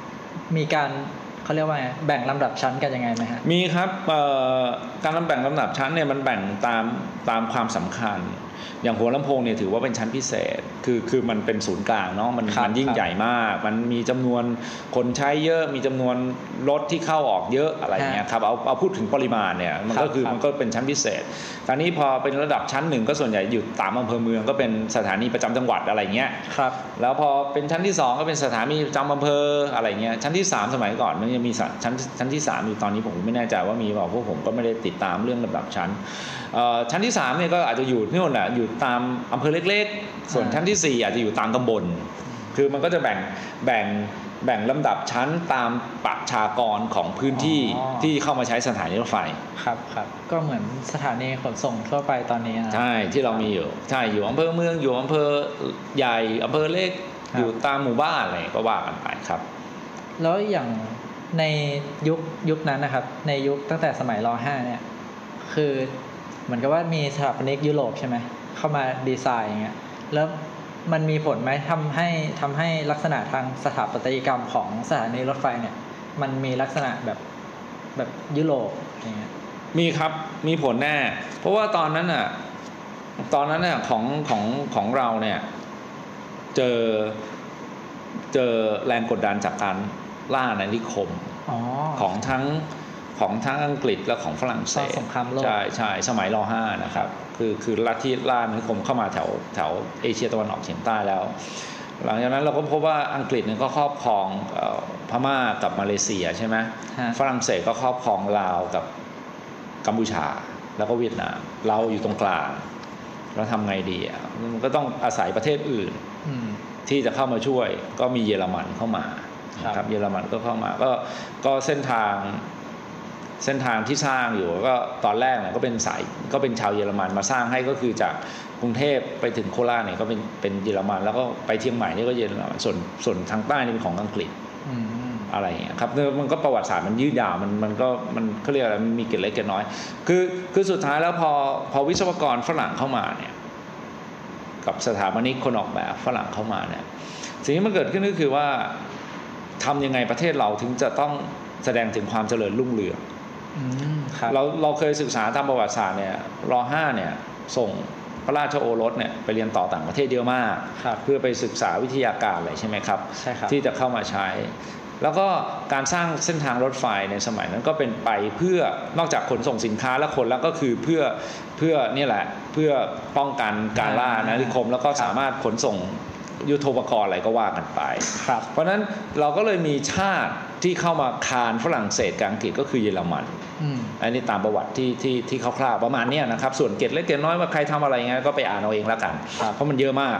มีการเขาเรียกว่าไงแบ่งลำดับชั้นกันยังไงไหมฮะมีครับการแบ่งลำดับชั้นเนี่ยมันแบ่งตามตามความสำคัญอย่างหัวลำโพงเนี่ยถือว่าเป็นชั้นพิเศษคือคือมันเป็นศูนย์กลางเนาะมันมันยิ่งใหญ่มากมันมีจำนวนคนใช้เยอะมีจำนวนรถที่เข้าออกเยอะอะไรเงี้ยครับเอาเอาพูดถึงปริมาณเนี่ยมันก็คือมันก็เป็นชั้นพิเศษคราวนี้พอเป็นระดับชั้นหนึ่งก็ส่วนใหญ่อยู่ตามอำเภอเมืองก็เป็นสถานีประจำจังหวัดอะไรเงี้ยครับแล้วพอเป็นชั้นที่สองก็เป็นสถานีประจำอำเภออะไรเงี้ยชั้นที่สามสมัยก่อนมันยังมีชั้นชั้นที่สามอยู่ตอนนี้ผมไม่แน่ใจว่ามีเปล่าเพราะผมก็ไม่ได้ติดตามเรื่องระดับชั้นชั้นที่สามเนี่ยก็อาจจะอยู่ที่นู่นแหละอยู่ตามอำเภอเล็กๆส่วนชั้นที่สี่อาจจะอยู่ตามตำบลคือมันก็จะแบ่งแบ่งแบ่งลำดับชั้นตามประชากรของพื้นที่ที่เข้ามาใช้สถานีรถไฟครับครับก็เหมือนสถานีขนส่งทั่วไปตอนนี้นะใช่ที่เรามีอยู่ใช่อยู่อำเภอเมืองอยู่อำเภอใหญ่อำเภอเล็กอยู่ตามหมู่บ้านอะไรก็ว่ากันไปครับแล้วอย่างในยุคยุคนั้นนะครับในยุคตั้งแต่สมัยร.ห้าเนี่ยคือเหมือนกับว่ามีสถาปนิกยุโรปใช่ไหมเข้ามาดีไซน์อย่างเงี้ยแล้วมันมีผลไหมทำให้ทำให้ลักษณะทางสถาปัตยกรรมของสถานีรถไฟเนี่ยมันมีลักษณะแบบแบบยุโรปอย่างเงี้ยมีครับมีผลแน่เพราะว่าตอนนั้นอ่ะตอนนั้นน่ะของของของเราเนี่ยเจอเจอแรงกดดันจากการล่าอาณานิคมของทั้งของทั้งอังกฤษและของฝรั่งเศสใช่ใช่สมัยร.ห้านะครับคือคือลัทธิล่าอาณานิคมเข้ามาแถวแถวเอเชียตะวันออกเฉียงใต้แล้วหลังจากนั้นเราก็พบว่าอังกฤษเนี่ยก็ครอบครองพม่ากับมาเลเซียใช่ไหมฝรั่งเศสก็ครอบครองลาวกับกัมพูชาแล้วก็เวียดนามเราอยู่ตรงกลางแล้วทำไงดีอ่ะมันก็ต้องอาศัยประเทศอื่นที่จะเข้ามาช่วยก็มีเยอรมันเข้ามาครับเยอรมันก็เข้ามาก็ก็เส้นทางเส้นทางที่สร้างอยู่ก็ตอนแรกเนี่ยก็เป็นสายก็เป็นชาวเยอรมันมาสร้างให้ก็คือจากกรุงเทพไปถึงโคราชเนี่ยก็เป็นเป็นเยอรมันแล้วก็ไปเชียงใหม่นี่ก็เยอรมันส่วนส่วนทางใต้นี่เป็นของอังกฤษอะไรอย่างเงี้ยครับมันก็ประวัติศาสตร์มันยืดยาวมันมันก็มันเขาเรียกอะไรมันมีเกร็ดเล็กเกร็ดน้อยคือคือสุดท้ายแล้วพอพอวิศวกรฝรั่งเข้ามาเนี่ยกับสถาปนิกคนออกแบบฝรั่งเข้ามาเนี่ยสิ่งที่มันเกิดขึ้นก็คือว่าทำยังไงประเทศเราถึงจะต้องแสดงถึงความเจริญรุ่งเรืองเราเราเคยศึกษาตามประวัติศาสตร์เนี่ยร.ห้าเนี่ยส่งพระราชโอรสเนี่ยไปเรียนต่อต่างประเทศเยอะมากเพื่อไปศึกษาวิทยาการอะไรใช่ไหมครับที่จะเข้ามาใช้แล้วก็การสร้างเส้นทางรถไฟในสมัยนั้นก็เป็นไปเพื่อนอกจากขนส่งสินค้าและคนแล้วก็คือเพื่อเพื่อนี่แหละเพื่อป้องกันการล่าอาณานิคมแล้วก็สามารถขนส่งยุทโธปกรณ์อะไรก็ว่ากันไปเพราะฉะนั้นเราก็เลยมีชาติที่เข้ามาคานฝรั่งเศสกับอังกฤษก็คือเยอรมันอันนี้ตามประวัติที่ที่ที่คร่าวๆประมาณนี้นะครับส่วนเกร็ดเล็กเกร็ดน้อยว่าใครทำอะไรเงี้ยก็ไปอ่านเอาเองแล้วกันเพราะมันเยอะมาก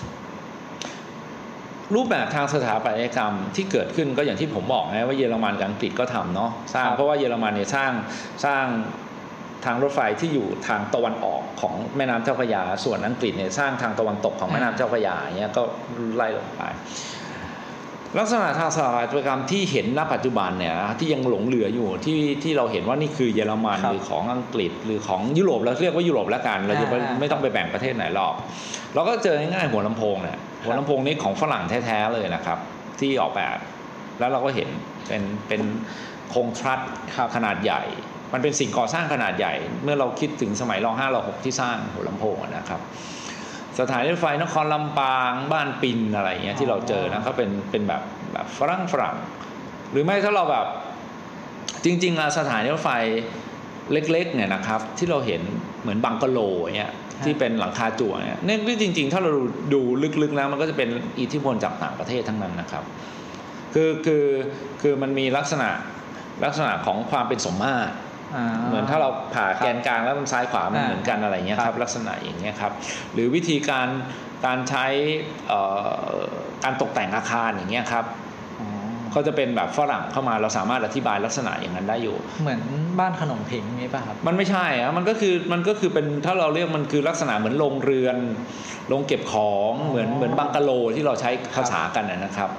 รูปแบบทางสถาปัตยกรรมที่เกิดขึ้นก็อย่างที่ผมบอกนะว่าเยอรมันกับอังกฤษก็ทำเนาะสร้างเพราะว่าเยอรมันเนี่ยสร้างสร้างทางรถไฟที่อยู่ทางตะวันออกของแม่น้ำเจ้าพระยาส่วนอังกฤษเนี่ยสร้างทางตะวันตกของแม่น้ำเจ้าพระยาอย่างเงี้ยก็ไล่ลงไปลักษณะทางสถาปัตยกรรมที่เห็นณปัจจุบันเนี่ยที่ยังหลงเหลืออยู่ที่ที่เราเห็นว่านี่คือเยอรมันหรือของอังกฤษหรือของยุโรปเราเรียกว่ายุโรปแล้วกันเราจะไม่ต้องไปแบ่งประเทศไหนหรอกเราก็เจอง่ายๆหัวลำโพงเนี่ยหัวลำโพงนี้ของฝรั่งแท้ๆเลยนะครับที่ออกแบบแล้วเราก็เห็นเป็นเป็นโครงทรัสขนาดใหญ่มันเป็นสิ่งก่อสร้างขนาดใหญ่เมื่อเราคิดถึงสมัยร.ห้าร.หกที่สร้างหัวลำโพงนะครับสถานีรถไฟนครลำปางบ้านปินอะไรเงี้ยที่เราเจอนะก็เป็นเป็นแบบแบบฝรั่งฝรั่งหรือไม่ถ้าเราแบบจริงๆสถานีรถไฟเล็กๆเนี่ยนะครับที่เราเห็นเหมือนบังกะโลเงี้ยที่เป็นหลังคาจั่วเนี่ยนี่จริงๆถ้าเราดูลึกๆแล้วมันก็จะเป็นอิทธิพลจากต่างประเทศทั้งนั้นนะครับคือคือคือมันมีลักษณะลักษณะของความเป็นสมมาตรเหมือนถ้าเราผ่าแกนกลางแล้วมันซ้ายขวามันเหมือนกันอะไรเงี้ยครับลักษณะอย่างเงี้ยครับหรือวิธีการการใช้การตกแต่งอาคารอย่างเงี้ยครับเขาจะเป็นแบบฝรั่งเข้ามาเราสามารถอธิบายลักษณะอย่างนั้นได้อยู่เหมือนบ้านขนมผิงนี้ป่ะครับมันไม่ใช่อะมันก็คือมันก็คือเป็นถ้าเราเรียกมันคือลักษณะเหมือนโรงเรือนโรงเก็บของเหมือนเหมือนบังกะโลที่เราใช้ภาษากันนะครับ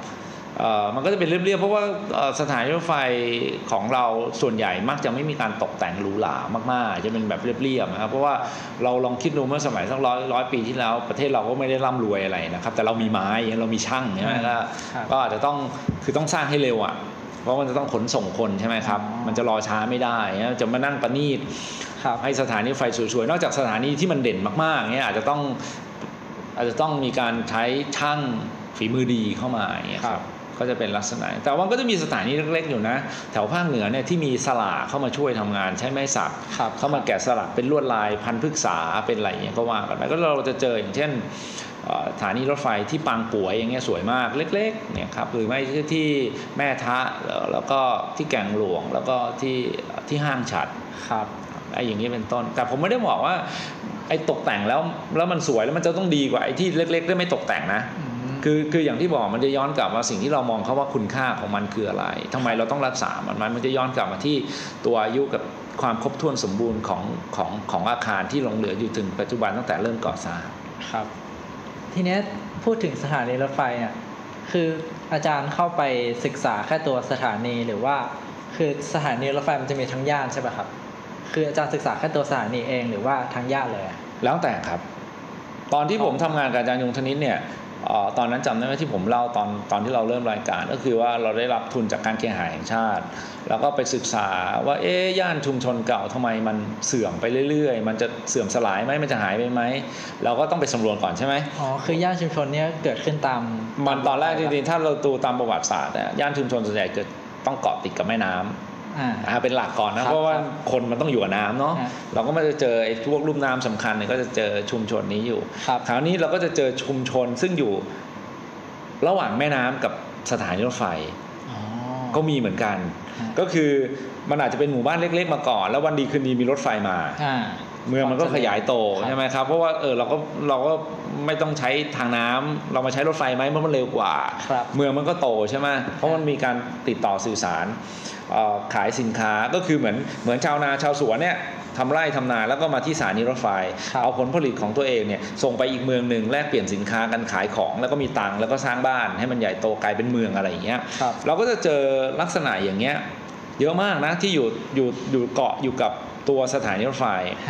เอ่อมันก็จะเป็นเรียบๆเพราะว่าสถานีรถไฟของเราส่วนใหญ่มักจะไม่มีการตกแต่งหรูหรามากๆจะเป็นแบบเรียบๆนะครับเพราะว่าเราลองคิดดูเมื่อสมัยสักร้อยร้อยปีที่แล้วประเทศเราก็ไม่ได้ร่ำรวยอะไรนะครับแต่เรามีไม้เรามีช่างใช่ไหมก็อาจจะต้องคือต้องสร้างให้เร็วอ่ะเพราะมันจะต้องขนส่งคนใช่ไหมครับมันจะรอช้าไม่ได้จะมานั่งประณีตให้สถานีรถไฟสวยๆนอกจากสถานีที่มันเด่นมากๆเนี่ยอาจจะต้องอาจจะต้องมีการใช้ช่างฝีมือดีเข้ามาอย่างเงี้ยครับก็จะเป็นลักษณะแต่ว่าก็จะมีสถานีเล็กๆอยู่นะแถวภาคเหนือเนี่ยที่มีสลากเข้ามาช่วยทำงานใช้ไม้สักเข้ามาแกะสลักเป็นลวดลายพันธุ์พฤกษาเป็นอะไรอย่างเงี้ยก็ว่ากันไปก็เราจะเจออย่างเช่นสถานีรถไฟที่ปางป่วยอย่างเงี้ยสวยมากเล็กๆเนี่ยครับหรือไม่ที่แม่ทะแล้วก็ที่แก่งหลวงแล้วก็ที่ที่ห้างฉัดครับไอ้อย่างนี้เป็นต้นแต่ผมไม่ได้บอกว่าไอ้ตกแต่งแล้วแล้วมันสวยแล้วมันจะต้องดีกว่าไอ้ที่เล็กๆได้ไม่ตกแต่งนะคือคืออย่างที่บอกมันจะย้อนกลับมาสิ่งที่เรามองเขาว่าคุณค่าของมันคืออะไรทำไมเราต้องรักษามันมันมันจะย้อนกลับมาที่ตัวอายุกับความครบถ้วนสมบูรณ์ของของของอาคารที่หลงเหลืออยู่ถึงปัจจุบันตั้งแต่เริ่มก่อสร้างครับทีนี้พูดถึงสถานีรถไฟเนี่ยคืออาจารย์เข้าไปศึกษาแค่ตัวสถานีหรือว่าคือสถานีรถไฟมันจะมีทั้งย่านใช่ป่ะครับคืออาจารย์ศึกษาแค่ตัวสถานีเองหรือว่าทั้งย่านเลยแล้วแต่ครับตอนที่ผมทำงานกับอาจารย์ยงธนิตเนี่ยตอนนั้นจำได้ไหมที่ผมเล่าตอนตอนที่เราเริ่มรายการก็คือว่าเราได้รับทุนจากการเคหะแห่งชาติแล้วก็ไปศึกษาว่าเอ๊ะย่านชุมชนเก่าทำไมมันเสื่อมไปเรื่อยๆมันจะเสื่อมสลายไหมมันจะหายไปไหมเราก็ต้องไปสำรวจก่อนใช่ไหมอ๋อคือย่านชุมชนเนี้ยเกิดขึ้นตามมันตอนแรกจริงๆถ้าเราดูตามประวัติศาสตร์เนี่ยย่านชุมชนส่วนใหญ่เกิดต้องเกาะติดกับแม่น้ำอ่าเป็นหลักก่อนนะเพราะว่าคนมันต้องอยู่กับน้ำเนาะเราก็มาจะเจอไอ้พวกลุ่มน้ำสำคัญเนี่ยก็จะเจอชุมชนนี้อยู่คราวนี้เราก็จะเจอชุมชนซึ่งอยู่ระหว่างแม่น้ำกับสถานีรถไฟก็มีเหมือนกันก็คือมันอาจจะเป็นหมู่บ้านเล็กๆมาก่อนแล้ววันดีคืนดีมีรถไฟมาเมืองมันก็ขยายโตใช่ไหมครับเพราะว่าเออเราก็เราก็ไม่ต้องใช้ทางน้ำเรามาใช้รถไฟไหมเพราะมันเร็วกว่าเมืองมันก็โตใช่ไหมเพราะมันมีการติดต่อสื่อสารขายสินค้าก็คือเหมือนเหมือนชาวนาชาวสวนเนี่ยทำไร่ทำนาแล้วก็มาที่สถานีรถไฟเอาผลผลิตของตัวเองเนี่ยส่งไปอีกเมืองหนึ่งแลกเปลี่ยนสินค้ากันขายของแล้วก็มีตังค์แล้วก็สร้างบ้านให้มันใหญ่โตกลายเป็นเมืองอะไรอย่างเงี้ยเราก็จะเจอลักษณะอย่างเงี้ยเยอะมากนะที่อยู่อยู่อยู่เกาะอยู่กับตัวสถานีรถไฟ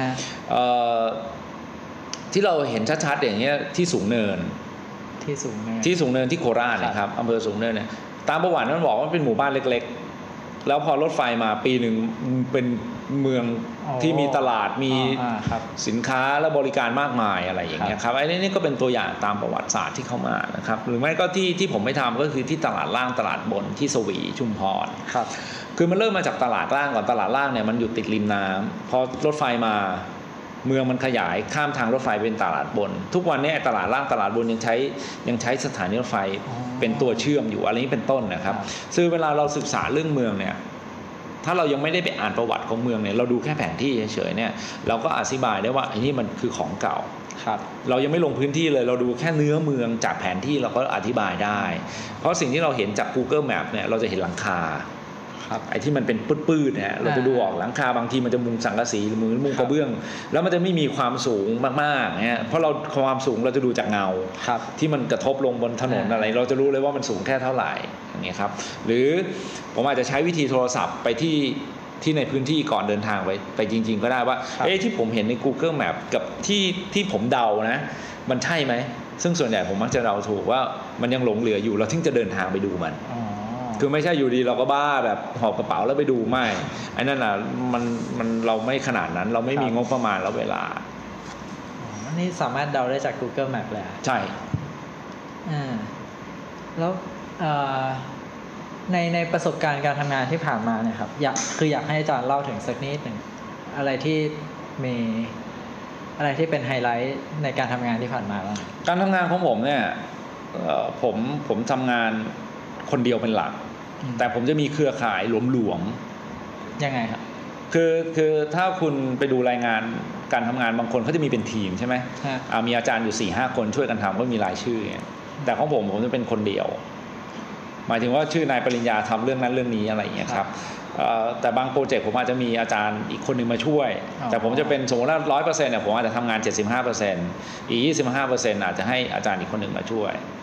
ที่เราเห็นชัดๆอย่างเงี้ยที่สูงเนินที่สูงเนินที่สูงเนินที่โคราชนะครับอำเภอสูงเนินเนี่ยตามประวัตินั้นบอกว่าเป็นหมู่บ้านเล็กๆแล้วพอรถไฟมาปีหนึ่งเป็นเมืองที่มีตลาดมีสินค้าและบริการมากมายอะไรอย่างเงี้ยครับไอ้นี่ก็เป็นตัวอย่างตามประวัติศาสตร์ที่เข้ามานะครับหรือไม่ก็ที่ที่ผมไม่ทำก็คือที่ตลาดล่างตลาดบนที่สวีชุมพรครับคือมันเริ่มมาจากตลาดล่างก่อนตลาดล่างเนี่ยมันอยู่ติดริมน้ำพอรถไฟมาเมืองมันขยายข้ามทางรถไฟเป็นตลาดบนทุกวันนี้ตลาดล่างตลาดบนยังใช้ยังใช้สถานีรถไฟเป็นตัวเชื่อมอยู่อะไรนี้เป็นต้นนะครับซึ่งเวลาเราศึกษาเรื่องเมืองเนี่ยถ้าเรายังไม่ได้ไปอ่านประวัติของเมืองเนี่ยเราดูแค่แผนที่เฉยๆเนี่ยเราก็อธิบายได้ว่าไอ้นี่มันคือของเก่าครับเรายังไม่ลงพื้นที่เลยเราดูแค่เนื้อเมืองจากแผนที่เราก็อธิบายได้เพราะสิ่งที่เราเห็นจาก Google Map เนี่ยเราจะเห็นหลังคาไอ้ที่มันเป็นปื้ดๆเนี่ยเราจะดูออกหลังคาบางทีมันจะมุงสังกะสีหรือมุงกระเบื้องแล้วมันจะไม่มีความสูงมากๆเนี่ยเพราะเราความสูงเราจะดูจากเงาที่มันกระทบลงบนถนนอะไรเราจะรู้เลยว่ามันสูงแค่เท่าไหร่อย่างเงี้ยครับหรือผมอาจจะใช้วิธีโทรศัพท์ไปที่ที่ในพื้นที่ก่อนเดินทางไปไปจริงๆก็ได้ว่าเอ๊ะที่ผมเห็นใน Google Map กับที่ที่ผมเดานะมันใช่ไหมซึ่งส่วนใหญ่ผมมักจะเดาถูกว่ามันยังหลงเหลืออยู่เราถึงจะเดินทางไปดูมันคือไม่ใช่อยู่ดีเราก็บ้าแบบหอบกระเป๋าแล้วไปดูไม่ไอ้นั่นน่ะมันมันเราไม่ขนาดนั้นเราไม่มีงบประมาณแล้วเวลาอันนี้สามารถเดาได้จาก Google Map เลยใช่อ่าแล้วในในประสบการณ์การทำงานที่ผ่านมาเนี่ยครับอยากคืออยากให้อาจารย์เล่าถึงสักนิดหนึ่งอะไรที่มีอะไรที่เป็นไฮไลท์ในการทำงานที่ผ่านมาบ้างการทำงานของผมเนี่ยผมผมทำงานคนเดียวเป็นหลักแต่ผมจะมีเครือข่ายหลวมๆยังไงครับคือคือถ้าคุณไปดูรายงานการทำงานบางคนเขาจะมีเป็นทีมใช่ไหมมีอาจารย์อยู่ สี่ห้า คนช่วยกันทำก็มีรายชื่อแต่ของผมผมจะเป็นคนเดียวหมายถึงว่าชื่อนายปริญญาทำเรื่องนั้นเรื่องนี้อะไรอย่างเงี้ยครับแต่บางโปรเจกต์ผมอาจจะมีอาจารย์อีกคนนึงมาช่วยแต่ผมจะเป็นสมมติว่า ร้อยเปอร์เซ็นต์ เนี่ยผมอาจจะทำงาน เจ็ดสิบห้าเปอร์เซ็นต์ อีก ยี่สิบห้าเปอร์เซ็นต์ อาจจะให้อาจารย์อีกคนนึงมาช่วย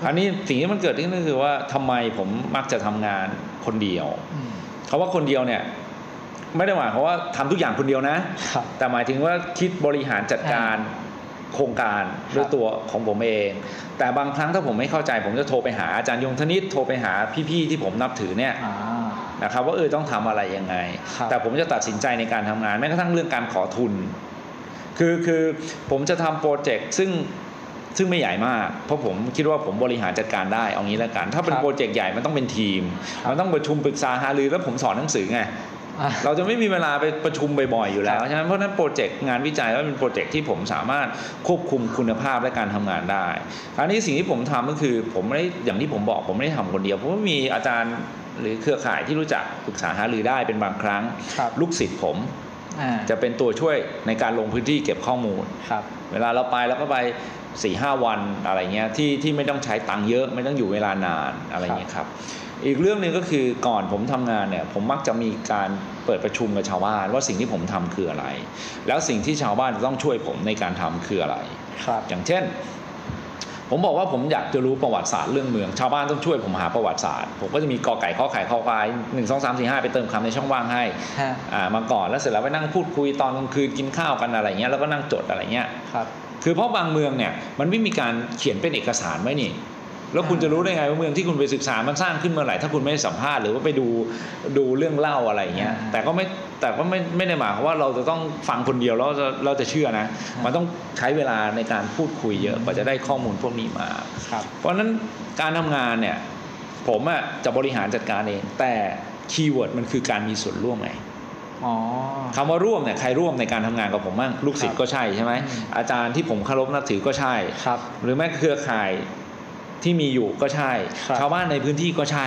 อันนี้สิ่งที่มันเกิดขึ้นก็คือว่าทำไมผมมักจะทำงานคนเดียวเขาว่าคนเดียวเนี่ยไม่ได้หมายความว่าทำทุกอย่างคนเดียวนะแต่หมายถึงว่าคิดบริหารจัดการโครงการด้วยตัวของผมเองแต่บางครั้งถ้าผมไม่เข้าใจผมจะโทรไปหาอาจารย์ยงธนิตโทรไปหาพี่ๆที่ผมนับถือเนี่ยนะครับว่าเออต้องทำอะไรยังไงแต่ผมจะตัดสินใจในการทำงานแม้กระทั่งเรื่องการขอทุนคือคือผมจะทำโปรเจกต์ซึ่งซึ่งไม่ใหญ่มากเพราะผมคิดว่าผมบริหารจัดการได้เอางี้แล้วกันถ้าเป็นโปรเจกต์ใหญ่มันต้องเป็นทีมมันต้องประชุมปรึกษาหารือแล้วผมสอนหนังสือไงเราจะไม่มีเวลาไปประชุมบ่อยๆอยู่แล้วใช่ไหมเพราะนั้นโปรเจกต์งานวิจัยก็เป็นโปรเจกต์ที่ผมสามารถควบคุมคุณภาพและการทำงานได้คราวนี้สิ่งที่ผมทำก็คือผมไม่ได้อย่างที่ผมบอกผมไม่ได้ทำคนเดียวเพราะว่ามีอาจารย์หรือเครือข่ายที่รู้จักปรึกษาหารือได้เป็นบางครั้งลูกศิษย์ผมจะเป็นตัวช่วยในการลงพื้นที่เก็บข้อมูลเวลาเราไปแล้วก็ไปสี่ห้าวันอะไรเงี้ยที่ที่ไม่ต้องใช้ตังค์เยอะไม่ต้องอยู่เวลานานอะไรเงี้ยครับอีกเรื่องนึงก็คือก่อนผมทำงานเนี่ยผมมักจะมีการเปิดประชุมกับชาวบ้านว่าสิ่งที่ผมทำคืออะไรแล้วสิ่งที่ชาวบ้านจะต้องช่วยผมในการทำคืออะไรอย่างเช่นผมบอกว่าผมอยากจะรู้ประวัติศาสตร์เรื่องเมืองชาวบ้านต้องช่วยผมหาประวัติศาสตร์ผมก็จะมีกอไก่ข้อไข่ข้อควายหนึ่งสองสามสี่ห้าไปเติมคำในช่องว่างให้อ่ามาก่อนแล้วเสร็จแล้วไปนั่งพูดคุยตอนกลางคืนกินข้าวกันอะไรเงี้ยแล้วก็นั่งจดอะไรเงี้ยครับคือเพราะบางเมืองเนี่ยมันไม่มีการเขียนเป็นเอกสารไว้นี่แล้วคุณจะรู้ได้ไงว่าเมืองที่คุณไปศึกษามันสร้างขึ้นเมื่อไหร่ถ้าคุณไม่ได้สัมภาษณ์หรือว่าไปดูดูเรื่องเล่าอะไรเงี้ยแต่ก็ไม่แต่ก็ไม่ไม่ได้หมายความว่าเราจะต้องฟังคนเดียวแล้วเราเราจะเชื่อนะมันต้องใช้เวลาในการพูดคุยเยอะกว่าจะได้ข้อมูลพวกนี้มาเพราะฉะนั้นการทำงานเนี่ยผมอ่ะจะบริหารจัดการเองแต่คีย์เวิร์ดมันคือการมีส่วนร่วมไงคำว่าร่วมเนี่ยใครร่วมในการทำงานกับผมบ้างลูกศิษย์ก็ใช่ใช่ไหมอาจารย์ที่ผมเคารพนับถือก็ใช่หรือแม้เครือข่ายที่มีอยู่ก็ใช่ชาวบ้านในพื้นที่ก็ใช่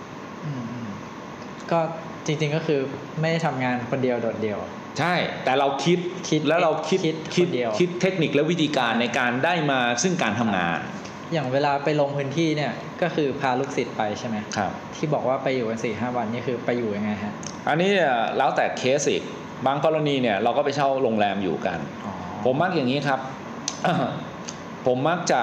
ก็จริงๆก็คือไม่ได้ทำงานคนเดียวโดดเดี่ยวใช่แต่เราคิดคิดแล้วเราคิดคิดคิดเทคนิคและวิธีการในการได้มาซึ่งการทำงานอย่างเวลาไปลงพื้นที่เนี่ยก็คือพาลูกศิษย์ไปใช่ไหมครับที่บอกว่าไปอยู่กันสี่ห้าวันนี่คือไปอยู่ยังไงฮะอันนี้แล้วแต่เคสอีกบางกรณีเนี่ยเราก็ไปเช่าโรงแรมอยู่กันผมมักอย่างนี้ครับ ผมมักจะ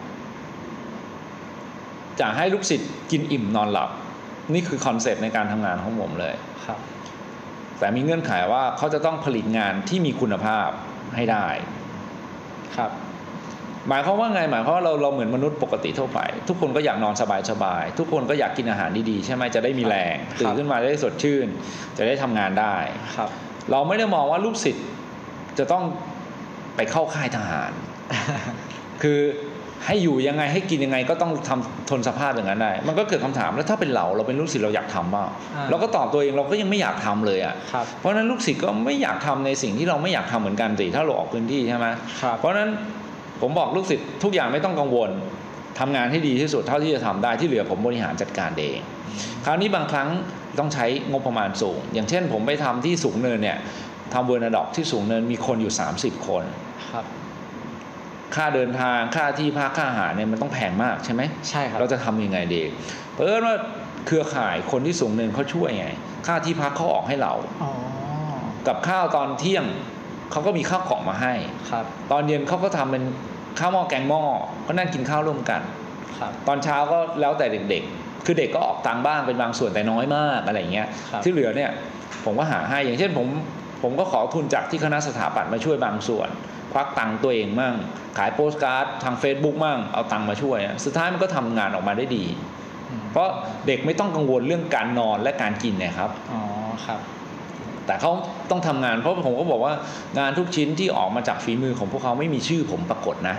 จะให้ลูกศิษย์กินอิ่มนอนหลับนี่คือคอนเซปต์ในการทำงานของผมเลยครับแต่มีเงื่อนไขว่าเขาจะต้องผลิตงานที่มีคุณภาพให้ได้ครับหมายความว่าไงหมายความว่าเราเราเหมือนมนุษย์ปกติทั่วไปทุกคนก็อยากนอนสบายๆทุกคนก็อยากกินอาหารดีๆใช่ไหมจะได้มีแรงตื่นขึ้นมาได้สดชื่นจะได้ทำงานได้ครับเราไม่ได้มองว่าลูกศิษย์จะต้องไปเข้าค่ายทหาร คือให้อยู่ยังไงให้กินยังไงก็ต้องทำทนสภาพอย่างนั้นได้มันก็เกิดคำถามแล้วถ้าเป็นเราเราเป็นลูกศิษย์เราอยากทำบ้างเราก็ตอบตัวเองเราก็ยังไม่อยากทำเลยอ่ะเพราะฉะนั้นลูกศิษย์ก็ไม่อยากทำในสิ่งที่เราไม่อยากทำเหมือนกันสิถ้าเราออกพื้นที่ใช่ไหมเพราะฉะนั้นผมบอกลูกศิษย์ทุกอย่างไม่ต้องกังวลทำงานให้ดีที่สุดเท่าที่จะทำได้ที่เหลือผมบริหารจัดการเองคราวนี้บางครั้งต้องใช้งบประมาณสูงอย่างเช่นผมไปทำที่สูงเนินเนี่ยทำเวอร์นาดอกที่สูงเนินมีคนอยู่สามสิบคนครับค่าเดินทางค่าที่พักค่าอาหารเนี่ยมันต้องแพงมากใช่ไหมใช่ครับเราจะทำยังไงดีเพราะว่าเครือข่ายคนที่สูงเนินเขาช่วยไงค่าที่พักเขาออกให้เรากับข้าวตอนเที่ยงเขาก็มีข้าวกล่องมาให้ตอนเย็นเขาก็ทำเป็นข้าวหม้อแกงหม้อก็นั่งกินข้าวร่วมกันตอนเช้าก็แล้วแต่เด็กๆคือเด็กก็ออกตังค์บ้างเป็นบางส่วนแต่น้อยมากอะไรเงี้ยที่เหลือเนี่ยผมก็หาให้อย่างเช่นผมผมก็ขอทุนจากที่คณะสถาปัตย์มาช่วยบางส่วนควักตังค์ตัวเองมั่งขายโปสการ์ดทาง Facebook มั่งเอาตังค์มาช่วยสุดท้ายมันก็ทำงานออกมาได้ดีเพราะเด็กไม่ต้องกังวลเรื่องการนอนและการกินนะครับอ๋อครับแต่เขาต้องทำงานเพราะผมก็บอกว่างานทุกชิ้นที่ออกมาจากฝีมือของพวกเขาไม่มีชื่อผมปรากฏนะ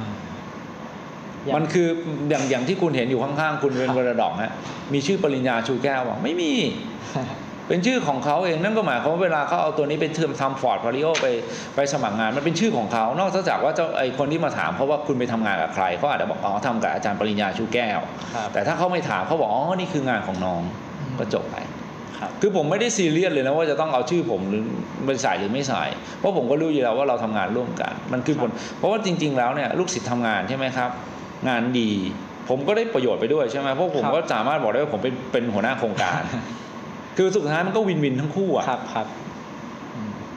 มันคืออย่างอย่างที่คุณเห็นอยู่ข้างๆคุณเป็นวรดอกนะมีชื่อปริญญาชูแก้วบอกไม่มีเป็นชื่อของเขาเองนั่นก็หมายความว่าเวลาเขาเอาตัวนี้ไปเทอมทำฟอร์ดพาริโอไปไปสมัครงานมันเป็นชื่อของเขานอกจากว่าเจ้าไอคนที่มาถามเพราะว่าคุณไปทำงานกับใครเขาอาจจะบอกอ๋อทำกับอาจารย์ปริญญาชูแก้วแต่ถ้าเขาไม่ถามเขาบอกอ๋อนี่คืองานของน้องก็จบไปคือผมไม่ได้ซีเรียสเลยนะว่าจะต้องเอาชื่อผมหรือไปใส่หรือไม่ใส่เพราะผมก็รู้อยู่แล้วว่าเราทำงานร่วมกันมันคือผลเพราะว่าจริงๆแล้วเนี่ยลูกศิษย์ทำงานใช่ไหมครับงานดีผมก็ได้ประโยชน์ไปด้วยใช่ไหมเพราะผมก็สามารถบอกได้ว่าผมเป็นเป็นหัวหน้าโครงการคือสุดท้ายมันก็วินวินทั้งคู่อ่ะครับครับ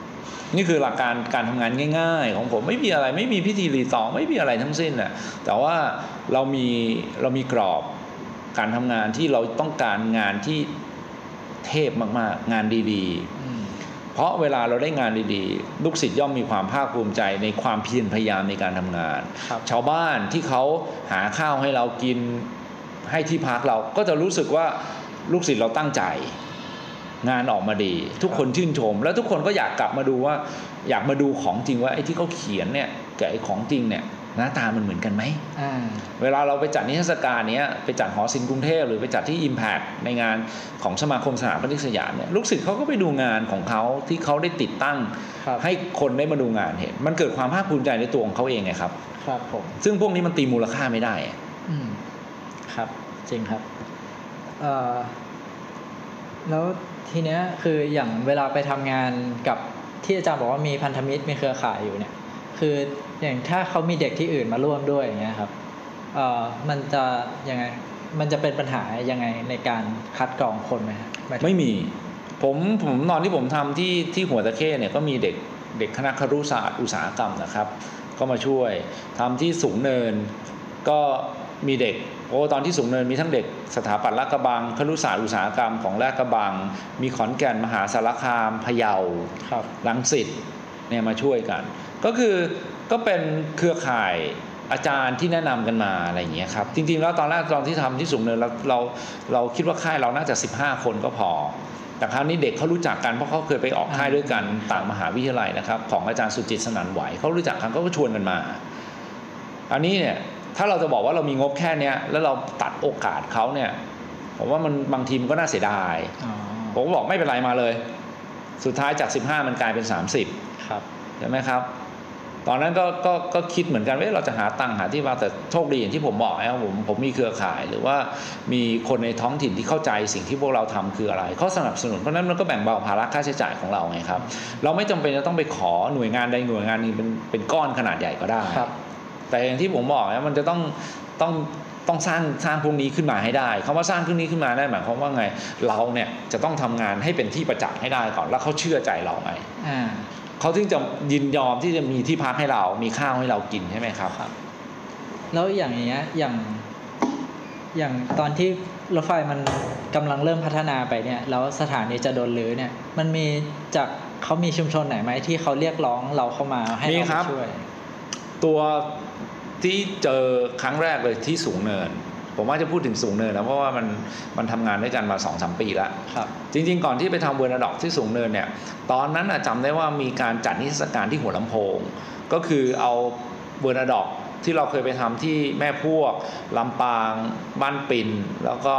นี่คือหลักการการทำงานง่ายๆของผมไม่มีอะไรไม่มีพิธีรีตองไม่มีอะไรทั้งสิ้นน่ะแต่ว่าเรามีเรามีกรอบการทำงานที่เราต้องการงานที่เทพมากๆงานดีๆเพราะเวลาเราได้งานดีๆลูกศิษย์ย่อมมีความภาคภูมิใจในความเพียรพยายามในการทำงานชาวบ้านที่เขาหาข้าวให้เรากินให้ที่พักเราก็จะรู้สึกว่าลูกศิษย์เราตั้งใจงานออกมาดีทุกคนชื่นชมแล้วทุกคนก็อยากกลับมาดูว่าอยากมาดูของจริงว่าไอ้ที่เขาเขียนเนี่ยกับไอ้ของจริงเนี่ยหน้าตามันเหมือนกันไหมเวลาเราไปจัดนิทรรศการเนี้ยไปจัดหอศิลป์กรุงเทพหรือไปจัดที่ Impact ในงานของสมาคมสถาปนิกสยามเนี่ยลูกศิษย์เขาก็ไปดูงานของเขาที่เขาได้ติดตั้งให้คนได้มาดูงานเห็นมันเกิดความภาคภูมิใจในตัวของเขาเองไงครับครับผมซึ่งพวกนี้มันตีมูลค่าไม่ได้อืมครับจริงครับเอ่อแล้วทีเนี้ยคืออย่างเวลาไปทำงานกับที่อาจารย์บอกว่ามีพันธมิตรมีเครือข่ายอยู่เนี่ยคืออย่างถ้าเขามีเด็กที่อื่นมาร่วมด้วยอย่างเงี้ยครับเอ่อมันจะยังไงมันจะเป็นปัญหายังไงในการคัดกรองคนไหมครับไม่มีผมผมตอนที่ผมทำที่ที่หัวตะเข้เนี่ยก็มีเด็กเด็กคณะครุศาสตร์อุตสาหกรรมนะครับก็มาช่วยทำที่สูงเนินก็มีเด็กโอ้ตอนที่สูงเนินมีทั้งเด็กสถาปัตย์ลาดกระบังครุศาสตร์อุตสาหกรรมของลาดกระบังมีขอนแก่นมหาสารคามพะเยารังสิตเนี่ยมาช่วยกันก็คือก็เป็นเครือข่ายอาจารย์ที่แนะนำกันมาอะไรอย่างเงี้ยครับจริงๆแล้วตอนแรกตอนที่ทำที่สูงเนินเราเราเราคิดว่าค่ายเราน่าจะสิบห้าคนก็พอแต่คราวนี้เด็กเขารู้จักกันเพราะเขาเคยไปออกค่ายด้วยกันต่างมหาวิทยาลัยนะครับของอาจารย์สุจิตสนั่นไหวเขารู้จักกันเขาก็ชวนกันมาอันนี้เนี่ยถ้าเราจะบอกว่าเรามีงบแค่นี้แล้วเราตัดโอกาสเขาเนี่ยผมว่ามันบางทีมันก็น่าเสียดายผมก็บอกไม่เป็นไรมาเลยสุดท้ายจากสิบห้ามันกลายเป็นสามสิบครับใช่ไหมครับตอนนั้นก็ก็ก็คิดเหมือนกันว่าเราจะหาตังค์หาที่มาแต่โชคดีอย่างที่ผมบอกนะผมผมมีเครือข่ายหรือว่ามีคนในท้องถิ่นที่เข้าใจสิ่งที่พวกเราทำคืออะไรเขาสนับสนุนเพราะนั้นมันก็แบ่งเบาภาระค่าใช้จ่ายของเราไงครับเราไม่จำเป็นจะต้องไปขอหน่วยงานใดหน่วยงานหนึ่งเป็นเป็นก้อนขนาดใหญ่ก็ได้แต่อย่างที่ผมบอกนะมันจะต้องต้องต้องสร้างสร้างพวกนี้ขึ้นมาให้ได้คำว่าสร้างพวกนี้ขึ้นมาได้หมายความว่าไงเราเนี่ยจะต้องทำงานให้เป็นที่ประจักษ์ให้ได้ก่อนแล้วเขาเชื่อใจเราไงเขาถึงจะยินยอมที่จะมีที่พักให้เรามีข้าวให้เรากินใช่ไหมครับแล้วอย่างเงี้ยอย่างอย่างตอนที่รถไฟมันกำลังเริ่มพัฒนาไปเนี่ยแล้วสถานีจะโดนรื้อเนี่ยมันมีจากเขามีชุมชนไหนไหมที่เขาเรียกร้องเราเข้ามาให้เราช่วยตัวที่เจอครั้งแรกเลยที่สูงเนินผมว่าจะพูดถึงสูงเนินนะเพราะว่ามันมันทำงานด้วยกันมา สองถึงสาม ปีแล้วจริงๆก่อนที่ไปทำเวอร์นาดอกที่สูงเนินเนี่ยตอนนั้นจำได้ว่ามีการจัดนิทรรศการที่หัวลำโพงก็คือเอาเวอร์นาดอกที่เราเคยไปทำที่แม่พวกลำปางบ้านปิ่นแล้วก็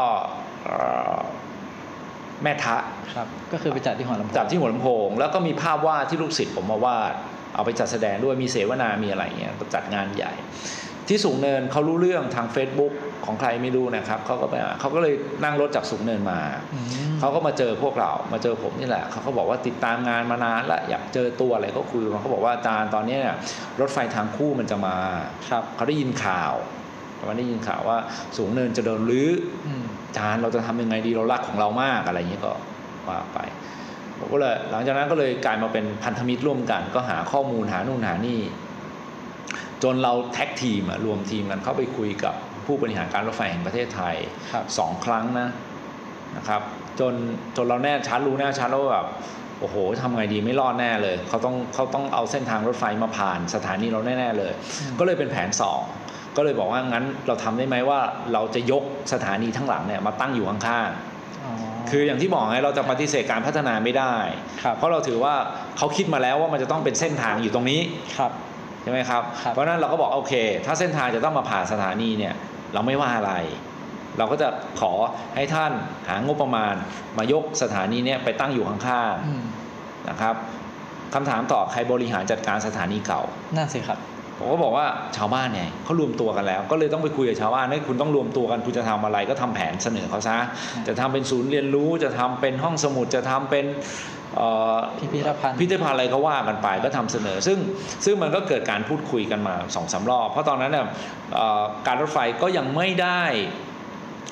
แม่ทะครับก็คือไปจัดที่หัวลำโพงจัดที่หัวลำโพงแล้วก็มีภาพวาดที่ลูกศิษย์ผมมาวาดเอาไปจัดแสดงด้วยมีเสวนามีอะไรเงี้ยจัดงานใหญ่ที่สูงเนินเขารู้เรื่องทาง Facebook ของใครไม่รู้นะครับเขาก็ไปเขาก็เลยนั่งรถจากสูงเนินมาเขาก็มาเจอพวกเรามาเจอผมนี่แหละเขาก็บอกว่าติดตามงานมานานแล้วอยากเจอตัวอะไรก็คุยเขาบอกว่าอาจารย์ตอนนี้เนี่ยรถไฟทางคู่มันจะมาครับเขาได้ยินข่าวเขาได้ยินข่าวว่าสูงเนินจะโดนรื้ออาจารย์เราจะทำยังไงดีเรารักของเรามากอะไรอย่างนี้ก็ว่าไปผมก็เลยหลังจากนั้นก็เลยกลายมาเป็นพันธมิตรร่วมกันก็หาข้อมูลหานู่นหานี่จนเราแท็กทีมรวมทีมกันเข้าไปคุยกับผู้บริหารการรถไฟแห่งประเทศไทยสองครั้งนะนะครับจนจนเราแน่ชัดรู้แน่ชัดแล้วแบบโอ้โหทำไงดีไม่รอดแน่เลยเขาต้องเขาต้องเอาเส้นทางรถไฟมาผ่านสถานีเราแน่ๆเลยก็เลยเป็นแผนสองก็เลยบอกว่างั้นเราทำได้ไหมว่าเราจะยกสถานีทั้งหลังเนี่ยมาตั้งอยู่ข้างๆคืออย่างที่บอกไงเราจะปฏิเสธการพัฒนาไม่ได้เพราะเราถือว่าเขาคิดมาแล้วว่ามันจะต้องเป็นเส้นทางอยู่ตรงนี้ใช่ไหมครับเพราะนั้นเราก็บอกโอเคถ้าเส้นทางจะต้องมาผ่านสถานีเนี่ยเราไม่ว่าอะไรเราก็จะขอให้ท่านหางบประมาณมายกสถานีเนี่ยไปตั้งอยู่ข้างๆนะครับคำถามต่อใครบริหารจัดการสถานีเก่านั่นสิครับผมก็บอกว่าชาวบ้านเนี่ยเขารวมตัวกันแล้วก็เลยต้องไปคุยกับชาวบ้านให้คุณต้องรวมตัวกันคุณจะทำอะไรก็ทำแผนเสนอเขาซะจะทำเป็นศูนย์เรียนรู้จะทำเป็นห้องสมุดจะทำเป็นพิพิธภัณฑ์พิพิธภัณฑ์อะไรก็ว่ากันไปก็ทำเสนอซึ่งซึ่งมันก็เกิดการพูดคุยกันมา สองถึงสาม รอบเพราะตอนนั้นเนี่ยการรถไฟก็ยังไม่ได้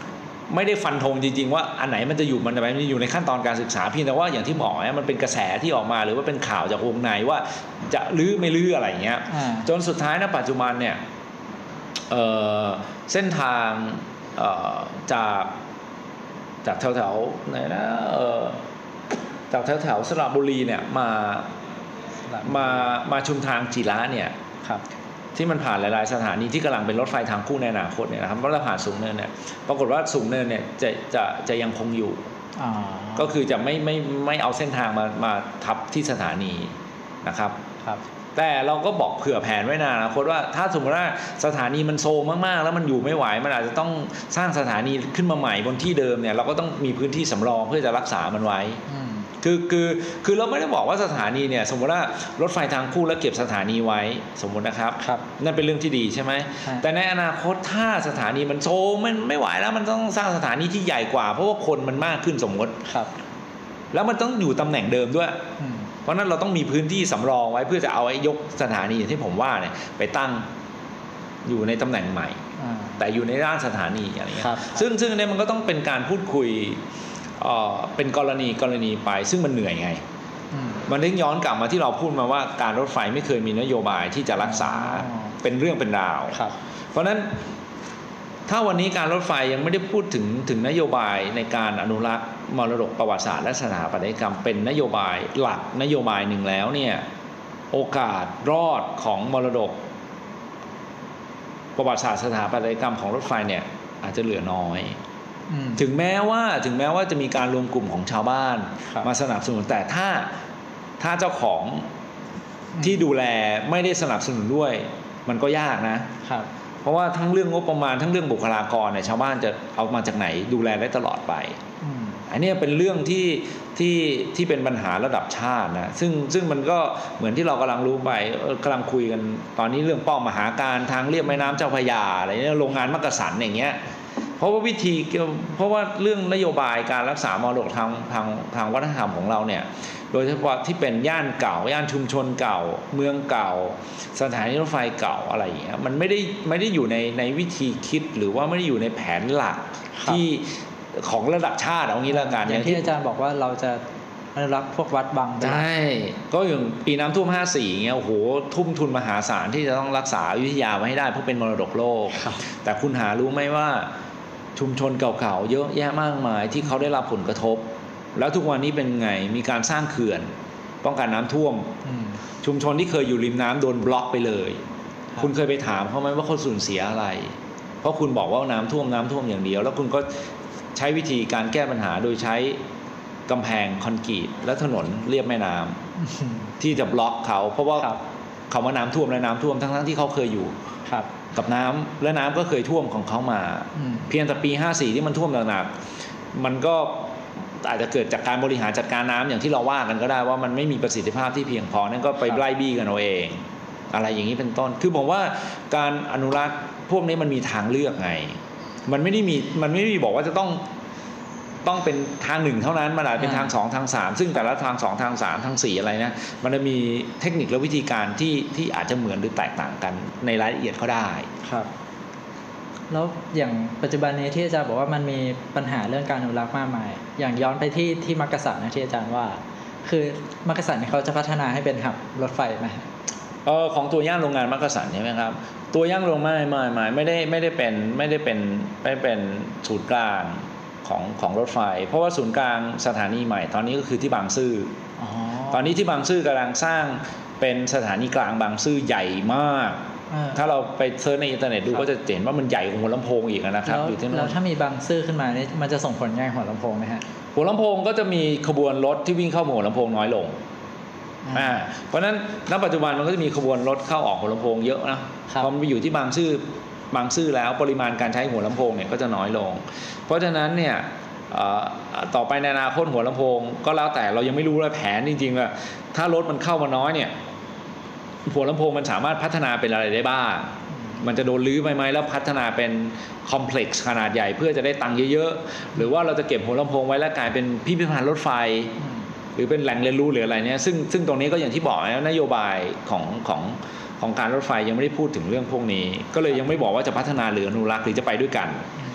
ไม่ได้ฟันธงจริงๆว่าอันไหนมันจะอยู่มันจะไม่อยู่ในขั้นตอนการศึกษาเพียงแต่ว่าอย่างที่บอกเนี่ยมันเป็นกระแสที่ออกมาหรือว่าเป็นข่าวจากวงในว่าจะลื้อไม่ลื้ออะไรเงี้ยจนสุดท้ายณปัจจุบันเนี่ยเอ่อเส้นทางเอ่อจากจากแถวๆไหนนะเอ่อจากแถวๆสระบุรีเนี่ยมามามาชุมทางจิระเนี่ยครับที่มันผ่านหลายๆสถานีที่กำลังเป็นรถไฟทางคู่ในอนาคตเนี่ยนะครับว่าเราผ่านสูงเนินเนี่ยปรากฏว่าสูงเนินเนี่ยจะจะจะยังคงอยู่ก็คือจะไม่ไม่ไม่เอาเส้นทางมามาทับที่สถานีนะครับครับแต่เราก็บอกเผื่อแผนไว้ในอนาคตว่าถ้าสมมติว่าสถานีมันโซมมากๆแล้วมันอยู่ไม่ไหวมันอาจจะต้องสร้างสถานีขึ้นมาใหม่บนที่เดิมเนี่ยเราก็ต้องมีพื้นที่สำรองเพื่อจะรักษามันไว้คือคือคือเราไม่ได้บอกว่าสถานีเนี่ยสมมติว่ารถไฟทางคู่แล้วเก็บสถานีไว้สมมตินะครับนั่นเป็นเรื่องที่ดีใช่ไหมแต่ในอนาคตถ้าสถานีมันโซมมันไม่ไหวแล้วมันต้องสร้างสถานีที่ใหญ่กว่าเพราะว่าคนมันมากขึ้นสมมติแล้วมันต้องอยู่ตำแหน่งเดิมด้วยเพราะนั้นเราต้องมีพื้นที่สำรองไว้เพื่อจะเอาไอ้ยกสถานีที่ผมว่าเนี่ยไปตั้งอยู่ในตำแหน่งใหม่แต่อยู่ในด้านสถานีอะไรเงี้ยซึ่งซึ่งเนี่ยมันก็ต้องเป็นการพูดคุยเอ่อเป็นกรณีกรณีไปซึ่งมันเหนื่อยไงมันถึงย้อนกลับมาที่เราพูดมาว่าการรถไฟไม่เคยมีนโยบายที่จะรักษาเป็นเรื่องเป็นราวเพราะฉะนั้นถ้าวันนี้การรถไฟยังไม่ได้พูดถึงถึงนโยบายในการอนุรักษ์มรดกประวัติศาสตร์และสถาปัตยกรรมเป็นนโยบายหลักนโยบายหนึ่งแล้วเนี่ยโอกาสรอดของมรดกประวัติศาสตร์สถาปัตยกรรมของรถไฟเนี่ยอาจจะเหลือน้อยถึงแม้ว่าถึงแม้ว่าจะมีการรวมกลุ่มของชาวบ้านมาสนับสนุนแต่ถ้าถ้าเจ้าของที่ดูแลไม่ได้สนับสนุนด้วยมันก็ยากนะครับเพราะว่าทั้งเรื่องงบประมาณทั้งเรื่องบุคลากรเนี่ยชาวบ้านจะเอามาจากไหนดูแลได้ตลอดไปอันนี้เป็นเรื่องที่ที่ที่เป็นปัญหาระดับชาตินะซึ่งซึ่งมันก็เหมือนที่เรากำลังรู้ไปกำลังคุยกันตอนนี้เรื่องป้อมมหาการทางเรียบแม่น้ำเจ้าพระยาอะไรเนี่ยโรงงานมักกะสันอย่างเงี้ยเพราะว่าวิธีเพราะว่าเรื่องนโยบายการรักษามรดกทางทางทางวัฒนธรรมของเราเนี่ยโดยเฉพาะที่เป็นย่านเก่าย่านชุมชนเก่าเมืองเก่าสถานีรถไฟเก่าอะไรอย่างเงี้ยมันไม่ได้ไม่ได้อยู่ในในวิธีคิดหรือว่าไม่ได้อยู่ในแผนหลักที่ของระดับชาติเอางี้ละกันอย่างที่อาจารย์บอกว่าเราจะอนุรักษ์พวกวัดบางใช่ก็อย่างปีน้ำท่วมห้าสี่เงี้ยโอ้โหทุ่มทุนมหาศาลที่จะต้องรักษาอยุธยาไว้ให้ได้เพราะเป็นมรดกโลกแต่คุณหารู้ไหมว่าชุมชนเก่าๆเยอะแยะมากมายที่เขาได้รับผลกระทบแล้วทุกวันนี้เป็นไงมีการสร้างเขื่อนป้องกันน้ำท่วมชุมชนที่เคยอยู่ริมน้ำโดนบล็อกไปเลยคุณเคยไปถามเขาไหมว่าเขาสูญเสียอะไรเพราะคุณบอกว่าน้ำท่วมน้ำท่วมอย่างเดียวแล้วคุณก็ใช้วิธีการแก้ปัญหาโดยใช้กำแพงคอนกรีตและถนนเรียบแม่น้ำที่จะบล็อกเขาเพราะว่าเขาว่าน้ำท่วมและน้ำท่วมทั้งๆที่เขาเคยอยู่กับน้ำและน้ำก็เคยท่วมของเขามาเพียงแต่ปีห้าสี่ที่มันท่วมหนักๆมันก็อาจจะเกิดจากการบริหารจัดการน้ำอย่างที่เราว่ากันก็ได้ว่ามันไม่มีประสิทธิภาพที่เพียงพอนั่นก็ไปไล่บี้กันเอาเองอะไรอย่างนี้เป็นต้นคือผมว่าการอนุรักษ์พวกนี้มันมีทางเลือกไงมันไม่ได้มีมันไม่ได้บอกว่าจะต้องต้องเป็นทางหนึ่งเท่านั้นมันอาจเป็นทางสองทางสามซึ่งแต่ละทางสองทางสามทางสี่อะไรนะมันจะมีเทคนิคและวิธีการที่ที่อาจจะเหมือนหรือแตกต่างกันในรายละเอียดเขาได้ครับแล้วอย่างปัจจุบันนี้ที่อาจารย์บอกว่ามันมีปัญหาเรื่องการอนุรักษ์มากมายอย่างย้อนไปที่ที่มักกะสันนะที่อาจารย์ว่าคือมักกะสันเขาจะพัฒนาให้เป็นหับรถไฟไหมเออของตัวย่านโรงงานมักกะสันใช่ไหมครับตัวย่านโรงไม่ไม่ไม่ไม่ได้ไม่ได้เป็นไม่ได้เป็นไม่เป็นศูนย์กลางของของรถไฟเพราะว่าศูนย์กลางสถานีใหม่ตอนนี้ก็คือที่บางซื่อตอนนี้ที่บางซื่อกำลังสร้างเป็นสถานีกลางบางซื่อใหญ่มากถ้าเราไปเซิร์ชในอินเทอร์เน็ตดูก็จะเห็นว่ามันใหญ่กว่าหัวลำโพงอีกนะครับอยู่ที่นั่นแล้วถ้ามีบางซื่อขึ้นมานี่มันจะส่งผลง่ายหัวลำโพงไหมฮะหัวลำโพงก็จะมีขบวนรถที่วิ่งเข้าหัวลำโพงน้อยลงอ่าเพราะฉะนั้นณปัจจุบันมันก็จะมีขบวนรถเข้าออกหัวลำโพงเยอะนะพอมันไปอยู่ที่บางซื่อบางซื่อแล้วปริมาณการใช้หัวลำโพงเนี่ยก็จะน้อยลงเพราะฉะนั้นเนี่ยต่อไปในอนาคตหัวลำโพงก็แล้วแต่เรายังไม่รู้เลยแผนจริงๆว่าถ้ารถมันเข้ามาน้อยเนี่ยหัวลำโพงมันสามารถพัฒนาเป็นอะไรได้บ้างมันจะโดนลื้อไปไหมแล้วพัฒนาเป็นคอมเพล็กซ์ขนาดใหญ่เพื่อจะได้ตังค์เยอะๆหรือว่าเราจะเก็บหัวลำโพงไว้แล้วกลายเป็นพิพิธภัณฑ์รถไฟหรือเป็นแหล่งเรียนรู้หรืออะไรเนี่ยซึ่งซึ่งตรงนี้ก็อย่างที่บอกนะนโยบายของของของการรถไฟยังไม่ได้พูดถึงเรื่องพวกนี้ก็เลยยังไม่บอกว่าจะพัฒนาหรืออนุรักษ์หรือจะไปด้วยกัน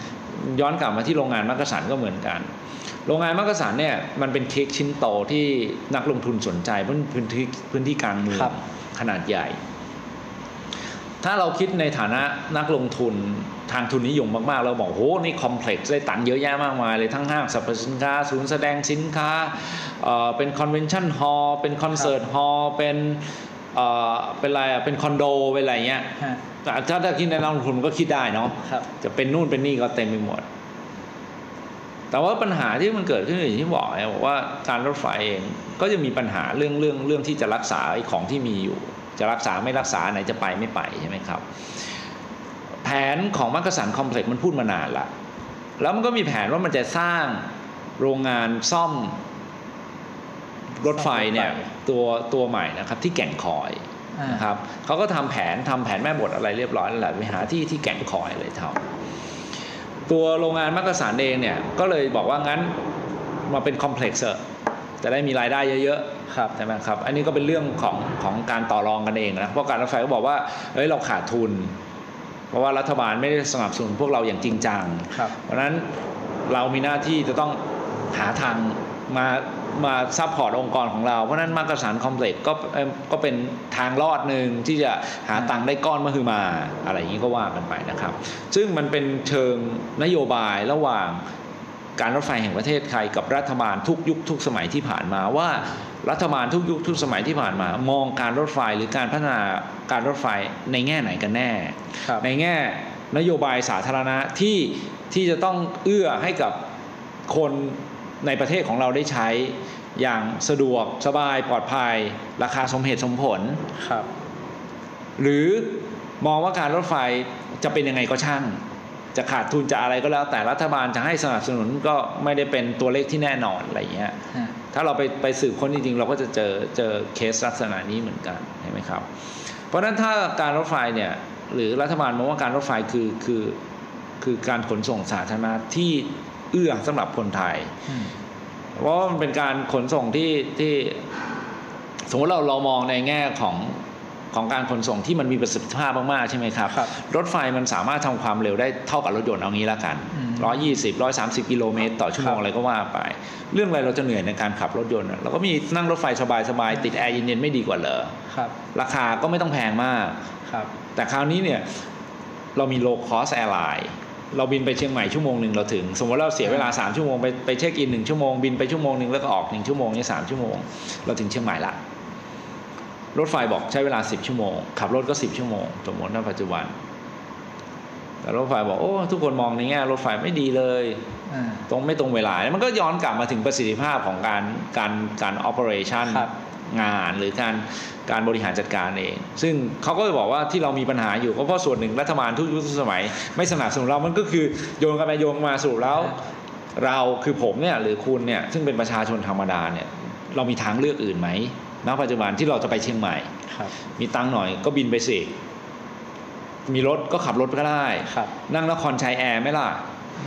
ย้อนกลับมาที่โรงงานมักกะสันก็เหมือนกันโรงงานมักกะสันเนี่ยมันเป็นเค้กชิ้นโตที่นักลงทุนสนใจเพราะพื้นที่พื้นที่กลางเมืองขนาดใหญ่ถ้าเราคิดในฐานะนักลงทุนทางทุนนิยมมากๆเราบอกโหนี่คอมเพล็กซ์ได้ตังค์เยอะแยะมากมายเลยทั้งห้างสรรพสินค้าศูนย์แสดงสินค้าเอ่อเป็นคอนเวนชั่นฮอลล์เป็นคอนเสิร์ตฮอลล์เป็นเอ่อเป็นอะไรอ่ะเป็นคอนโดเป็นอะไรเงี้ยถ้าถ้าคิดในนักลงทุนก็คิดได้เนาะจะเป็นนู่นเป็นนี่ก็เต็มไปหมดแต่ว่าปัญหาที่มันเกิดขึ้นอย่างที่บอกเนี่ยบอกว่าการรถไฟเองก็จะมีปัญหาเรื่องเรื่องเรื่องที่จะรักษาของที่มีอยู่จะรักษาไม่รักษาไหนจะไปไม่ไปใช่ไหมครับแผนของมักกะสันคอมเพล็กซ์มันพูดมานานละแล้วมันก็มีแผนว่ามันจะสร้างโรงงานซ่อมรถไฟเนี่ยตัวตัวใหม่นะครับที่แก่งคอยนะครับเขาก็ทำแผนทำแผนแม่บทอะไรเรียบร้อยแล้วแหละไปหาที่ที่แก่งคอยเลยทำตัวโรงงานมักกะสันเองเนี่ยก็เลยบอกว่างั้นมาเป็นคอมเพล็กซ์จะได้มีรายได้เยอะๆครับใช่ไหมครับอันนี้ก็เป็นเรื่องของของการต่อรองกันเองนะเพราะการรถไฟก็บอกว่าเฮ้ยเราขาดทุนเพราะว่ารัฐบาลไม่ได้สนับสนุนพวกเราอย่างจริงจังเพราะฉะนั้นเรามีหน้าที่จะต้องหาทางมามาซัพพอร์ตองค์กรของเราเพราะนั้นมักกะสันคอมเพล็กซ์ก็ก็เป็นทางรอดหนึ่งที่จะหาตังค์ได้ก้อนมาคือมาอะไรอย่างนี้ก็ว่ากันไปนะครับซึ่งมันเป็นเชิงนโยบายระหว่างการรถไฟแห่งประเทศไทยกับรัฐบาลทุกยุคทุกสมัยที่ผ่านมาว่ารัฐบาลทุกยุคทุกสมัยที่ผ่านมามองการรถไฟหรือการพัฒนาการรถไฟในแง่ไหนกันแน่ในแง่นโยบายสาธารณะที่ที่จะต้องเอื้อให้กับคนในประเทศของเราได้ใช้อย่างสะดวกสบายปลอดภัยราคาสมเหตุสมผลครับหรือมองว่าการรถไฟจะเป็นยังไงก็ช่างจะขาดทุนจะอะไรก็แล้วแต่รัฐบาลจะให้สนับสนุนก็ไม่ได้เป็นตัวเลขที่แน่นอนอะไรอย่างเงี้ยถ้าเราไปไปสืบค้นจริงๆเราก็จะเจอเจอเคสลักษณะนี้เหมือนกันใช่ไหมครับเพราะฉะนั้นถ้าการรถไฟเนี่ยหรือรัฐบาลมองว่าการรถไฟคือคือคือการขนส่งสาธารณะที่เอื้อสำหรับคนไทยเพราะมันเป็นการขนส่งที่ที่สมมติเราเรามองในแง่ของของการขนส่งที่มันมีประสิทธิภาพมากๆใช่ไหมครับรถไฟมันสามารถทำความเร็วได้เท่ากับรถยนต์เอางี้ละกันหนึ่งร้อยยี่สิบ หนึ่งร้อยสามสิบกิโลเมตรต่อชั่วโมงอะไรก็ว่าไปเรื่องอะไรเราจะเหนื่อยในการขับรถยนต์เราก็มีนั่งรถไฟสบายๆติดแอร์เย็นๆไม่ดีกว่าเหรอราคาก็ไม่ต้องแพงมากแต่คราวนี้เนี่ยเรามี low cost airlineเราบินไปเชียงใหม่ชั่วโมงนึงเราถึงสมมติเราเสียเวลาสามชั่วโมงไปไปเช็คอินหนึ่งชั่วโมงบินไปชั่วโมงนึงแล้วก็ออกหนึ่งชั่วโมงนี่สามชั่วโมงเราถึงเชียงใหม่ละรถไฟบอกใช้เวลาสิบชั่วโมงขับรถก็สิบชั่วโมงสมมติในปัจจุบันแต่รถไฟบอกโอ้ทุกคนมองในแง่รถไฟไม่ดีเลยตรงไม่ตรงเวลามันก็ย้อนกลับมาถึงประสิทธิภาพของการการการ operation งานหรือการการบริหารจัดการเองซึ่งเขาก็บอกว่าที่เรามีปัญหาอยู่ก็เพราะส่วนหนึ่งรัฐบาลทุกยุคทุกสมัยไม่สนับสนุนเรามันก็คือโยนกันไปโยนมาสรุปแล้วเราคือผมเนี่ยหรือคุณเนี่ยซึ่งเป็นประชาชนธรรมดาเนี่ยเรามีทางเลือกอื่นไหมณปัจจุบันที่เราจะไปเชียงใหม่มีตังค์หน่อยก็บินไปสิมีรถก็ขับรถก็ได้นั่งนครชัยแอร์ไหมล่ะ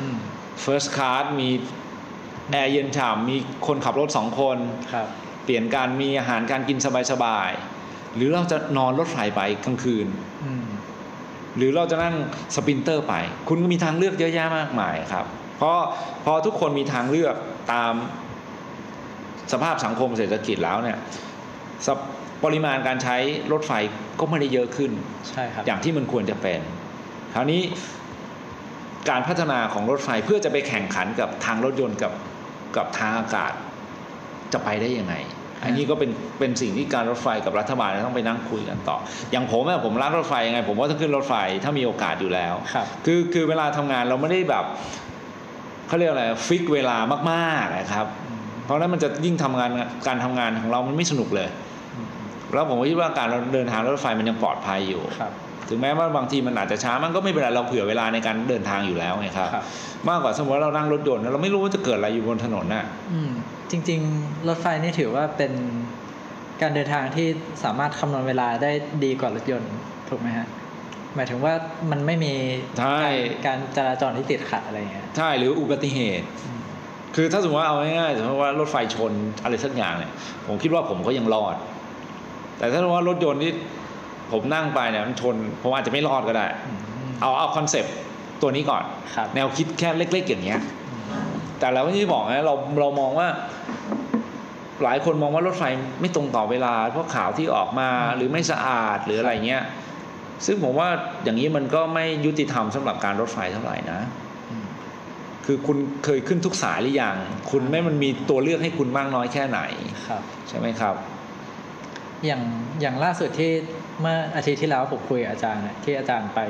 First Class มีแอร์เย็นฉ่ำมีคนขับรถสองคนเปลี่ยนการมีอาหารการกินสบายๆหรือเราจะนอนรถไฟไปกลางคืนหรือเราจะนั่งสปรินเตอร์ไปคุณก็มีทางเลือกเยอะแยะมากมายครับเพราะพอทุกคนมีทางเลือกตามสภาพสังคมเศรษฐกิจแล้วเนี่ยปริมาณการใช้รถไฟก็ไม่ได้เยอะขึ้นใช่ครับอย่างที่มันควรจะเป็นคราวนี้การพัฒนาของรถไฟเพื่อจะไปแข่งขันกับทางรถยนต์กับกับทางอากาศจะไปได้ยังไงอันนี้ก็เป็นเป็นสิ่งที่การรถไฟกับรัฐบาลต้องไปนั่งคุยกันต่ออย่างผมเนี่ยผมรักรถไฟยังไงผมว่าต้องขึ้นรถไฟถ้ามีโอกาสอยู่แล้วคือคือเวลาทำงานเราไม่ได้แบบเขาเรียกอะไรฟิกเวลามากๆนะครับเพราะนั้นมันจะยิ่งทำงานการทำงานของเรามันไม่สนุกเลยแล้วผมคิดว่าการเดินทางรถไฟมันยังปลอดภัยอยู่ถึงแม้ว่าบางทีมันอาจจะช้ามันก็ไม่เป็นไรเราเผื่อเวลาในการเดินทางอยู่แล้วไงครับมากกว่าสมมติว่าเรานั่งรถยนต์เราไม่รู้ว่าจะเกิดอะไรอยู่บนถนนน่ะจริงๆรถไฟนี่ถือว่าเป็นการเดินทางที่สามารถคำนวณเวลาได้ดีกว่ารถยนต์ถูกไหมฮะหมายถึงว่ามันไม่มีการจราจรที่ติดขัดอะไรเงี้ยใช่หรืออุบัติเหตุคือถ้าสมมติว่าเอาง่ายๆสมมติว่ารถไฟชนอะไรสักอย่างเนี่ยผมคิดว่าผมก็ยังรอดแต่ถ้าสมมติว่ารถยนต์ที่ผมนั่งไปเนี่ยมันชนผมอาจจะไม่รอดก็ได้เอาเอาคอนเซ็ปต์ตัวนี้ก่อนแนวคิดแค่เล็กๆอย่างเงี้ยแต่เราก็ที่บอกนะเราเรามองว่าหลายคนมองว่ารถไฟไม่ตรงต่อเวลาเพราะข่าวที่ออกมาหรือไม่สะอาดหรืออะไรเงี้ยซึ่งผมว่าอย่างนี้มันก็ไม่ยุติธรรมสำหรับการรถไฟเท่าไหร่นะคือคุณเคยขึ้นทุกสายหรือยังคุณไม่มันมีตัวเลือกให้คุณมากน้อยแค่ไหนใช่ไหมครับอย่างอย่างล่าสุดที่เมื่ออาทิตย์ที่แล้วผมคุยกับอาจารย์นะที่อาจารย์ไป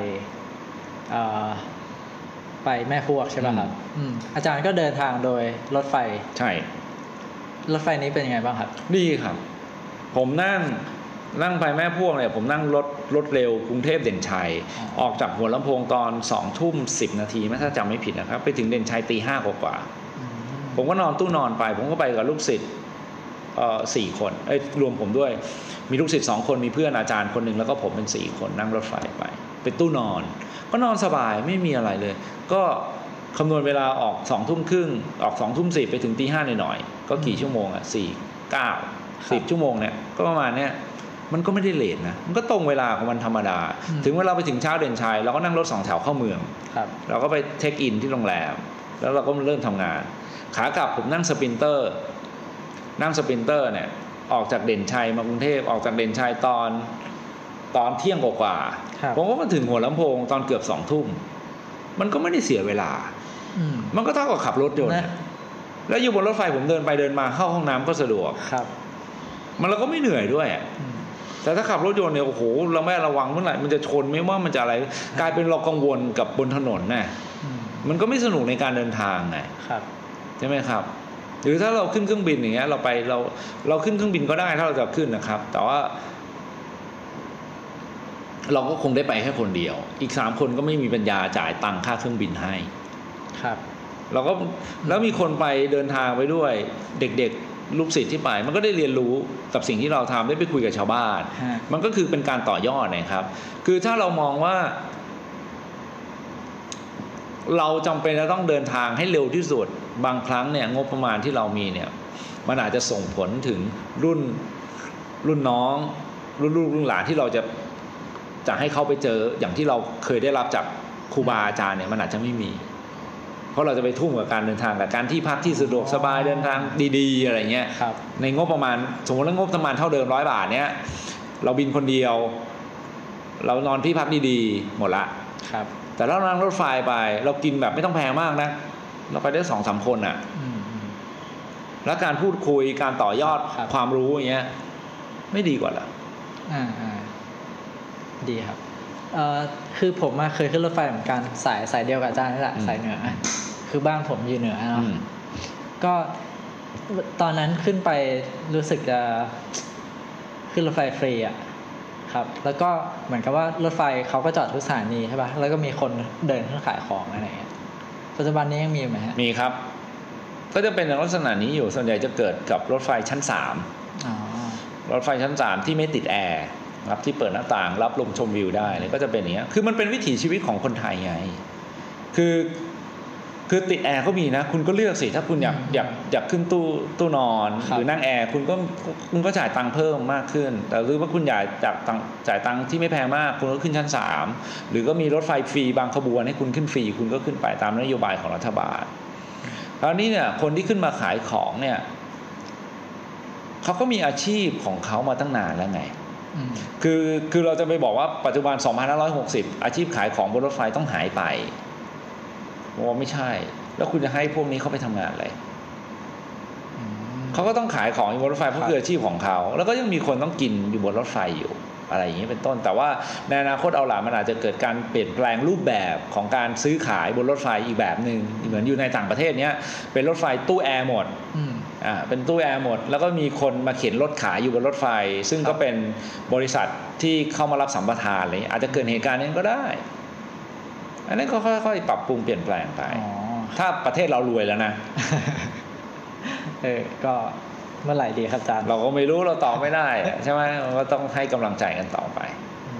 ไปแม่พวกใช่ป่ะครับอาจารย์ก็เดินทางโดยรถไฟใช่รถไฟนี้เป็นยังไงบ้างครับดีครับผมนั่งนั่งไปแม่พวกเนี่ยผมนั่งรถรถเร็วกรุงเทพเด่นชัย อ, ออกจากหัวลำโพงตอนสองทุ่มสิบนาทีถ้าจำไม่ผิดนะครับไปถึงเด่นชัยตีห้ากว่าผมก็นอนตู้นอนไปผมก็ไปกับลูกศิษย์สี่คนเอ้ยรวมผมด้วยมีลูกศิษย์สองคนมีเพื่อนอาจารย์คนหนึ่งแล้วก็ผมเป็นสี่คนนั่งรถไฟไปเป็นตู้นอนก็นอนสบายไม่มีอะไรเลยก็คำนวณเวลาออกสองทุ่มครึ่งออกสองทุ่มสิบไปถึงตีห้าหน่อยๆก็กี่ชั่วโมงอ่ะสี่เก้าสิบชั่วโมงเนี่ยก็ประมาณเนี้ยมันก็ไม่ได้เลทนะมันก็ตรงเวลาของมันธรรมดาถึงเวลาไปถึงเช้าเด่นชัยเราก็นั่งรถสองแถวเข้าเมืองเราก็ไปเช็คอินที่โรงแรมแล้วเราก็เริ่มทำงานขากลับผมนั่งสปรินเตอร์นั่งสปรินเตอร์เนี่ยออกจากเด่นชัยมากรุงเทพออกจากเด่นชัยตอนตอนเที่ยงกว่าๆผมก็มาถึงหัวลำโพงตอนเกือบสองทุ่มมันก็ไม่ได้เสียเวลามันก็เท่ากับขับรถยนต์แล้วอยู่บนรถไฟผมเดินไปเดินมาเข้าห้องน้ำก็สะดวกมันเราก็ไม่เหนื่อยด้วยแต่ถ้าขับรถยนต์เนี่ยโอ้โหเราไม่ระวังเมื่อไหร่มันจะชนไม่ว่ามันจะอะไรกลายเป็นเรากังวลกับบนถนนน่ะมันก็ไม่สนุกในการเดินทางไงใช่ไหมครับหรือถ้าเราขึ้นเครื่องบินอย่างเงี้ยเราไปเราเราขึ้นเครื่องบินก็ได้ถ้าเราจะขึ้นนะครับแต่ว่าเราก็คงได้ไปแค่คนเดียวอีกสามคนก็ไม่มีปัญญาจ่ายตังค่าเครื่องบินให้ครับเราก็แล้วมีคนไปเดินทางไปด้วยเด็กๆลูกศิษย์ที่ไปมันก็ได้เรียนรู้กับสิ่งที่เราทำได้ไปคุยกับชาวบ้านมันก็คือเป็นการต่อยอดนะครับคือถ้าเรามองว่าเราจำเป็นจะต้องเดินทางให้เร็วที่สุดบางครั้งเนี่ยงบประมาณที่เรามีเนี่ยมันอาจจะส่งผลถึงรุ่นรุ่นน้องรุ่นลูกรุ่นหลานที่เราจะจะให้เขาไปเจออย่างที่เราเคยได้รับจากครูบาอาจารย์เนี่ยมันอาจจะไม่มีเพราะเราจะไปทุ่มกับการเดินทางกับการที่พักที่สะดวกสบายเดินทางดีๆอะไรเงี้ยในงบประมาณสมมติว่างบประมาณเท่าเดิมร้อยบาทเนี้ยเราบินคนเดียวเรานอนที่พักดีๆหมดละครับแต่เรานั่งรถไฟไปเรากินแบบไม่ต้องแพงมากนะเราไปได้สองสามคนอ่ะแล้วการพูดคุยการต่อยอดความรู้อย่างเงี้ยไม่ดีกว่าหรออ่าอ่าดีครับเอ่อคือผมมาเคยขึ้นรถไฟเหมือนกันสายสายเดียวกับอาจารย์นี่แหละสายเหนือคือบ้านผมอยู่เหนือเนาะก็ตอนนั้นขึ้นไปรู้สึกจะขึ้นรถไฟฟรีอ่ะครับแล้วก็เหมือนกับว่ารถไฟเขาก็จอดทุกสถานีใช่ป่ะแล้วก็มีคนเดินขึ้นขายของอะไรเงี้ยปัจจุบันนี้ยังมีไหมฮะมีครับก็จะเป็นลักษณะนี้อยู่ส่วนใหญ่จะเกิดกับรถไฟชั้นสามอ๋อรถไฟชั้นสามที่ไม่ติดแอร์ครับที่เปิดหน้าต่างรับลมชมวิวได้เลยก็จะเป็นอย่างนี้คือมันเป็นวิถีชีวิตของคนไทยไงคือคือติดแอร์ก็มีนะคุณก็เลือกสิถ้าคุณอยากอยากอยากขึ้นตู้ตู้นอนหรือนั่งแอร์คุณก็คุณก็จ่ายตังค์เพิ่มมากขึ้นแต่หรือว่าคุณอยากจ่ายตังค์จ่ายตังค์ที่ไม่แพงมากคุณก็ขึ้นชั้นสามหรือก็มีรถไฟฟรีบางขบวนให้คุณขึ้นฟรีคุณก็ขึ้นไปตามนโยบายของรัฐบาลคราวนี้เนี่ยคนที่ขึ้นมาขายของเนี่ยเขาก็มีอาชีพของเขามาตั้งนานแล้วไงคือคือเราจะไปบอกว่าปัจจุบันสองพันห้าร้อยหกสิบอาชีพขายของบนรถไฟต้องหายไปว่าไม่ใช่แล้วคุณจะให้พวกนี้เขาไปทำงานอะไรเขาก็ต้องขายของอยู่บนรถไฟเพราะคืออาชีพของเขาแล้วก็ยังมีคนต้องกินอยู่บนรถไฟอยู่อะไรอย่างนี้เป็นต้นแต่ว่าในอนาคตเอาล่ะมันอาจจะเกิดการเปลี่ยนแปลงรูปแบบของการซื้อขายบนรถไฟอีกแบบนึงเหมือนอยู่ในต่างประเทศเนี้ยเป็นรถไฟตู้แอร์หมดอ่าเป็นตู้แอร์หมดแล้วก็มีคนมาเข็นรถขายอยู่บนรถไฟซึ่งก็เป็นบริษัทที่เข้ามารับสัมปทานอะไรอาจจะเกิดเหตุการณ์นี้ก็ได้อันนี้ก็ค่อยๆปรับปรุงเปลี่ยนแปลงไปถ้าประเทศเรารวยแล้วนะเออก็เมื่อไหร่ดีครับอาจารย์เราก็ไม่รู้เราตอบไม่ได้ใช่ไหมเราก็ต้องให้กำลังใจกันต่อไป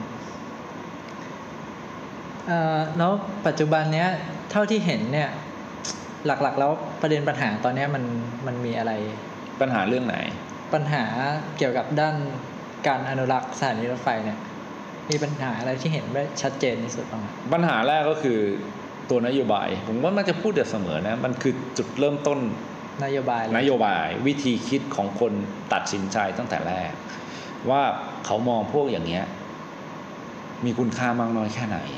เอ่อแล้วปัจจุบันเนี้ยเท่าที่เห็นเนี่ยหลักๆแล้วประเด็นปัญหาตอนนี้มันมันมีอะไรปัญหาเรื่องไหนปัญหาเกี่ยวกับด้านการอนุรักษ์สถานีรถไฟเนี่ยมีปัญหาอะไรที่เห็นได้ชัดเจนที่สุดบ้างปัญหาแรกก็คือตัวนโยบายผมว่ามันจะพูดแต่เสมอนะมันคือจุดเริ่มต้นนโยบายนโยบายวิธีคิดของคนตัดสินใจตั้งแต่แรกว่าเขามองพวกอย่างเงี้ยมีคุณค่ามากน้อยแค่ไหน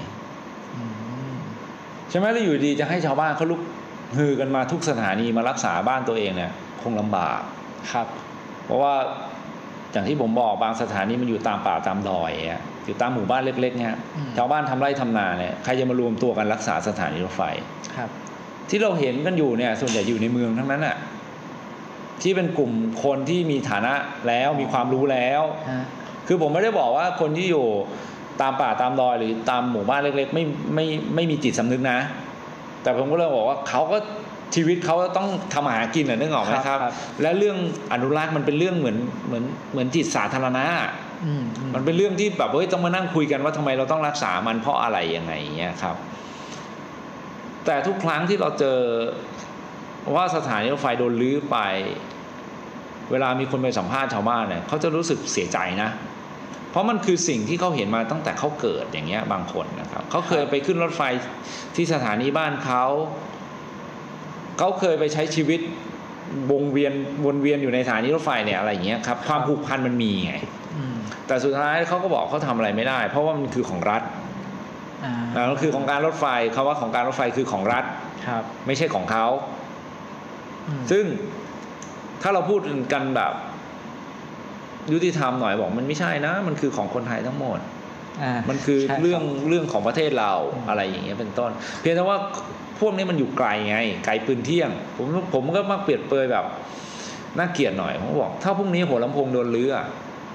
ใช่ไหมแล้วอยู่ดีจะให้ชาวบ้านเขาลุกฮือกันมาทุกสถานีมารักษาบ้านตัวเองเนี่ยคงลำบากครับเพราะว่าอย่างที่ผมบอกบางสถานีมันอยู่ตามป่าตามดอยอ่ะอยู่ตามหมู่บ้านเล็กๆเนี่ยชาวบ้านทำไร่ทำนาเนี่ยใครจะมารวมตัวกันรักษาสถานีรถไฟครับที่เราเห็นกันอยู่เนี่ยส่วนใหญ่อยู่ในเมืองทั้งนั้นอ่ะที่เป็นกลุ่มคนที่มีฐานะแล้วมีความรู้แล้วคือผมไม่ได้บอกว่าคนที่อยู่ตามป่าตามดอยหรือตามหมู่บ้านเล็กๆไม่ไม่ไม่มีจิตสำนึกนะแต่ผมก็เลยบอกว่าเขาก็ชีวิตเขาต้องทำอาหากินน่ะนึกออกไหมครับและเรื่องอนุรักษ์มันเป็นเรื่องเหมือนเหมือนเหมือนจิตสาธารณะมันเป็นเรื่องที่แบบเฮ้ยต้องมานั่งคุยกันว่าทำไมเราต้องรักษามันเพราะอะไรยังไงเงี้ยครับแต่ทุกครั้งที่เราเจอว่าสถานีรถไฟโดนรื้อไปเวลามีคนไปสัมภาษณ์ชาวบ้านเนี่ยเขาจะรู้สึกเสียใจนะเพราะมันคือสิ่งที่เขาเห็นมาตั้งแต่เขาเกิดอย่างเงี้ยบางคนนะครับเขาเคยไปขึ้นรถไฟที่สถานีบ้านเขาเขาเคยไปใช้ชีวิตวงเวียนวนเวียนอยู่ในสถานีรถไฟเนี่ยอะไรอย่างเงี้ยครับความผูกพันมันมีไงแต่สุดท้ายเขาก็บอกเขาทำอะไรไม่ได้เพราะว่ามันคือของรัฐนั่นคือของการรถไฟคำว่าของการรถไฟคือของรัฐไม่ใช่ของเขาซึ่งถ้าเราพูดกันแบบยุติธรรมหน่อยบอกมันไม่ใช่นะมันคือของคนไทยทั้งหมดมันคือเรื่องเรื่องของประเทศเราอะไรอย่างเงี้ยเป็นต้นเพียงแต่ว่าพวกนี้มันอยู่ไกลไงไกลปืนเที่ยงผมผมก็มักเปรียบเปรยแบบน่าเกลียดหน่อยผมบอกถ้าพรุ่งนี้หัวลำโพงโดนรื้ออ่ะ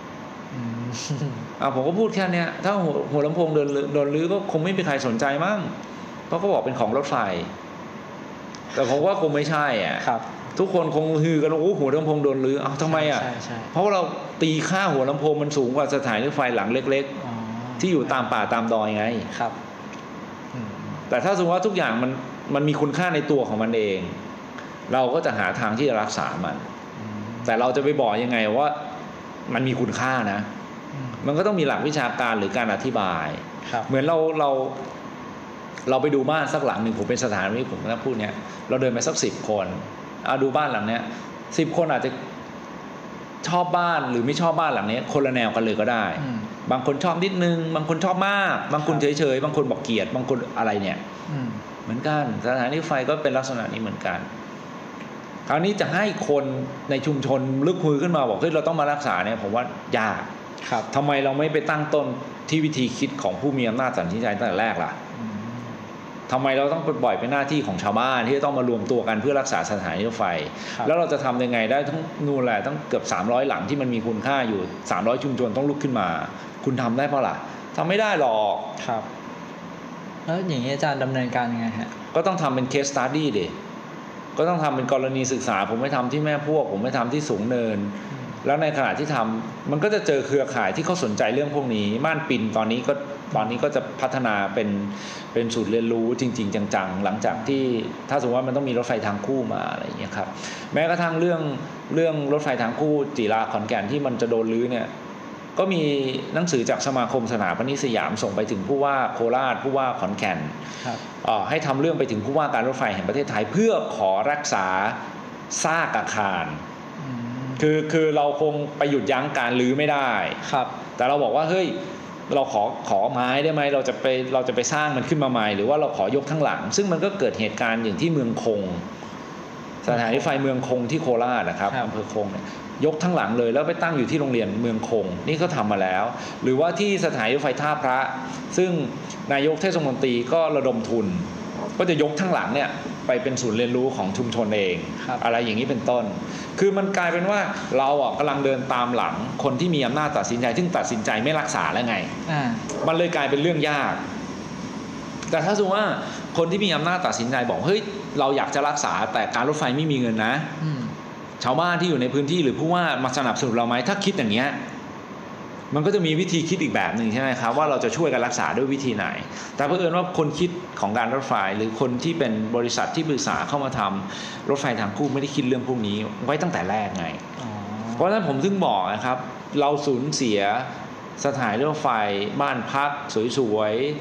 ผมก็พูดแค่นี้ถ้าหัวหัวลำโพงโดนโดนรื้อก็คงไม่มีใครสนใจมั้งเพราะเขาบอกเป็นของรถไฟแต่ผมว่าคงไม่ใช่อ่ะทุกคนคงฮือกันว่าโอ้หัวลำโพงโดนรื้ออ้าวทำไมอ่ะเพราะว่าเราตีค่าหัวลำโพงมันสูงกว่าสถานีรถไฟหลังเล็กๆที่อยู่ตามป่าตามดอยไงครับแต่ถ้าสมมติว่าทุกอย่างมันมันมีคุณค่าในตัวของมันเองเราก็จะหาทางที่จะรักษามันแต่เราจะไปบอกยังไงว่ามันมีคุณค่านะมันก็ต้องมีหลักวิชาการหรือการอธิบายเหมือนเราเราเราไปดูบ้านสักหลังหนึ่งผมเป็นสถานที่ผมก็พูดเนี้ยเราเดินไปสักสิบคนเอาดูบ้านหลังเนี้ยสิบคนอาจจะชอบบ้านหรือไม่ชอบบ้านหลังนี้คนละแนวกันเลยก็ได้บางคนชอบนิดนึงบางคนชอบมากบางคนเฉยๆบางคนบอกเกลียดบางคนอะไรเนี่ยเหมือนกันสถานีรถไฟก็เป็นลักษณะนี้เหมือนกันคราวนี้จะให้คนในชุมชนลึกฮือขึ้นมาบอกเฮ้ยเราต้องมารักษาเนี่ยผมว่ายากครับทำไมเราไม่ไปตั้งต้นที่วิธีคิดของผู้มีอำนาจตัดสินใจตั้งแต่แรกล่ะทำไมเราต้องปล่อยเป็นหน้าที่ของชาวบ้านที่จะต้องมารวมตัวกันเพื่อรักษาสถานีรถไฟแล้วเราจะทำยังไงได้ทั้งนู่นแหละตั้งเกือบสามร้อยหลังที่มันมีคุณค่าอยู่สามร้อยชุมชนต้องลุกขึ้นมาคุณทำได้เปล่าล่ะทำไม่ได้หรอกครับแล้วอย่างนี้อาจารย์ดำเนินการยังไงฮะก็ต้องทำเป็น case study ดิก็ต้องทำเป็นกรณีศึกษาผมไม่ทำที่แม่พวกผมไม่ทำที่สูงเนินแล้วในขณะที่ทำมันก็จะเจอเครือข่ายที่เขาสนใจเรื่องพวกนี้ม่านปิ่นตอนนี้ก็ตอนนี้ก็จะพัฒนาเป็นเป็นศูนย์เรียนรู้จริงๆจังๆหลังจากที่ถ้าสมมติว่ามันต้องมีรถไฟทางคู่มาอะไรอย่างเงี้ยครับแม้กระทั่งเรื่องเรื่องรถไฟทางคู่จิราขอนแก่นที่มันจะโดนรื้อเนี่ยก็มีหนังสือจากสมาคมสถาปนิกสยามส่งไปถึงผู้ว่าโคราชผู้ว่าขอนแก่นให้ทำเรื่องไปถึงผู้ว่าการรถไฟแห่งประเทศไทยเพื่อขอรักษาซากอาคารคือคือเราคงไปหยุดยั้งการรื้อไม่ได้ครับแต่เราบอกว่าเฮ้ยเราขอขอไม้ได้ไหมเราจะไปเราจะไปสร้างมันขึ้นมาใหม่หรือว่าเราขอยกทั้งหลังซึ่งมันก็เกิดเหตุการณ์อย่างที่เมืองคงสถานีรถไฟเมืองคงที่โคราชนะครับอำเภอคงเนี่ยยกทั้งหลังเลยแล้วไปตั้งอยู่ที่โรงเรียนเมืองคงนี่ก็ทำมาแล้วหรือว่าที่สถานีรถไฟท่าพระซึ่งนายกเทศมนตรีก็ระดมทุนก็จะยกทั้งหลังเนี่ยไปเป็นศูนย์เรียนรู้ของชุมชนเองอะไรอย่างนี้เป็นต้นคือมันกลายเป็นว่าเราอ่ะกำลังเดินตามหลังคนที่มีอำนาจตัดสินใจซึ่งตัดสินใจไม่รักษาแล้วไงมันเลยกลายเป็นเรื่องยากแต่ถ้าสมมติว่าคนที่มีอำนาจตัดสินใจบอกเฮ้ยเราอยากจะรักษาแต่การรถไฟไม่มีเงินนะชาวบ้านที่อยู่ในพื้นที่หรือผู้ว่ามาสนับสนุนเราไหมถ้าคิดอย่างเงี้ยมันก็จะมีวิธีคิดอีกแบบหนึ่งใช่ไหมครับว่าเราจะช่วยกันรักษาด้วยวิธีไหนแต่เผอิญว่าคนคิดของการรถไฟหรือคนที่เป็นบริษัทที่ปรึกษาเข้ามาทำรถไฟทางคู่ไม่ได้คิดเรื่องพวกนี้ไว้ตั้งแต่แรกไงเพราะฉะนั้นผมถึงบอกนะครับเราสูญเสียสถานีรถไฟบ้านพักสวยๆ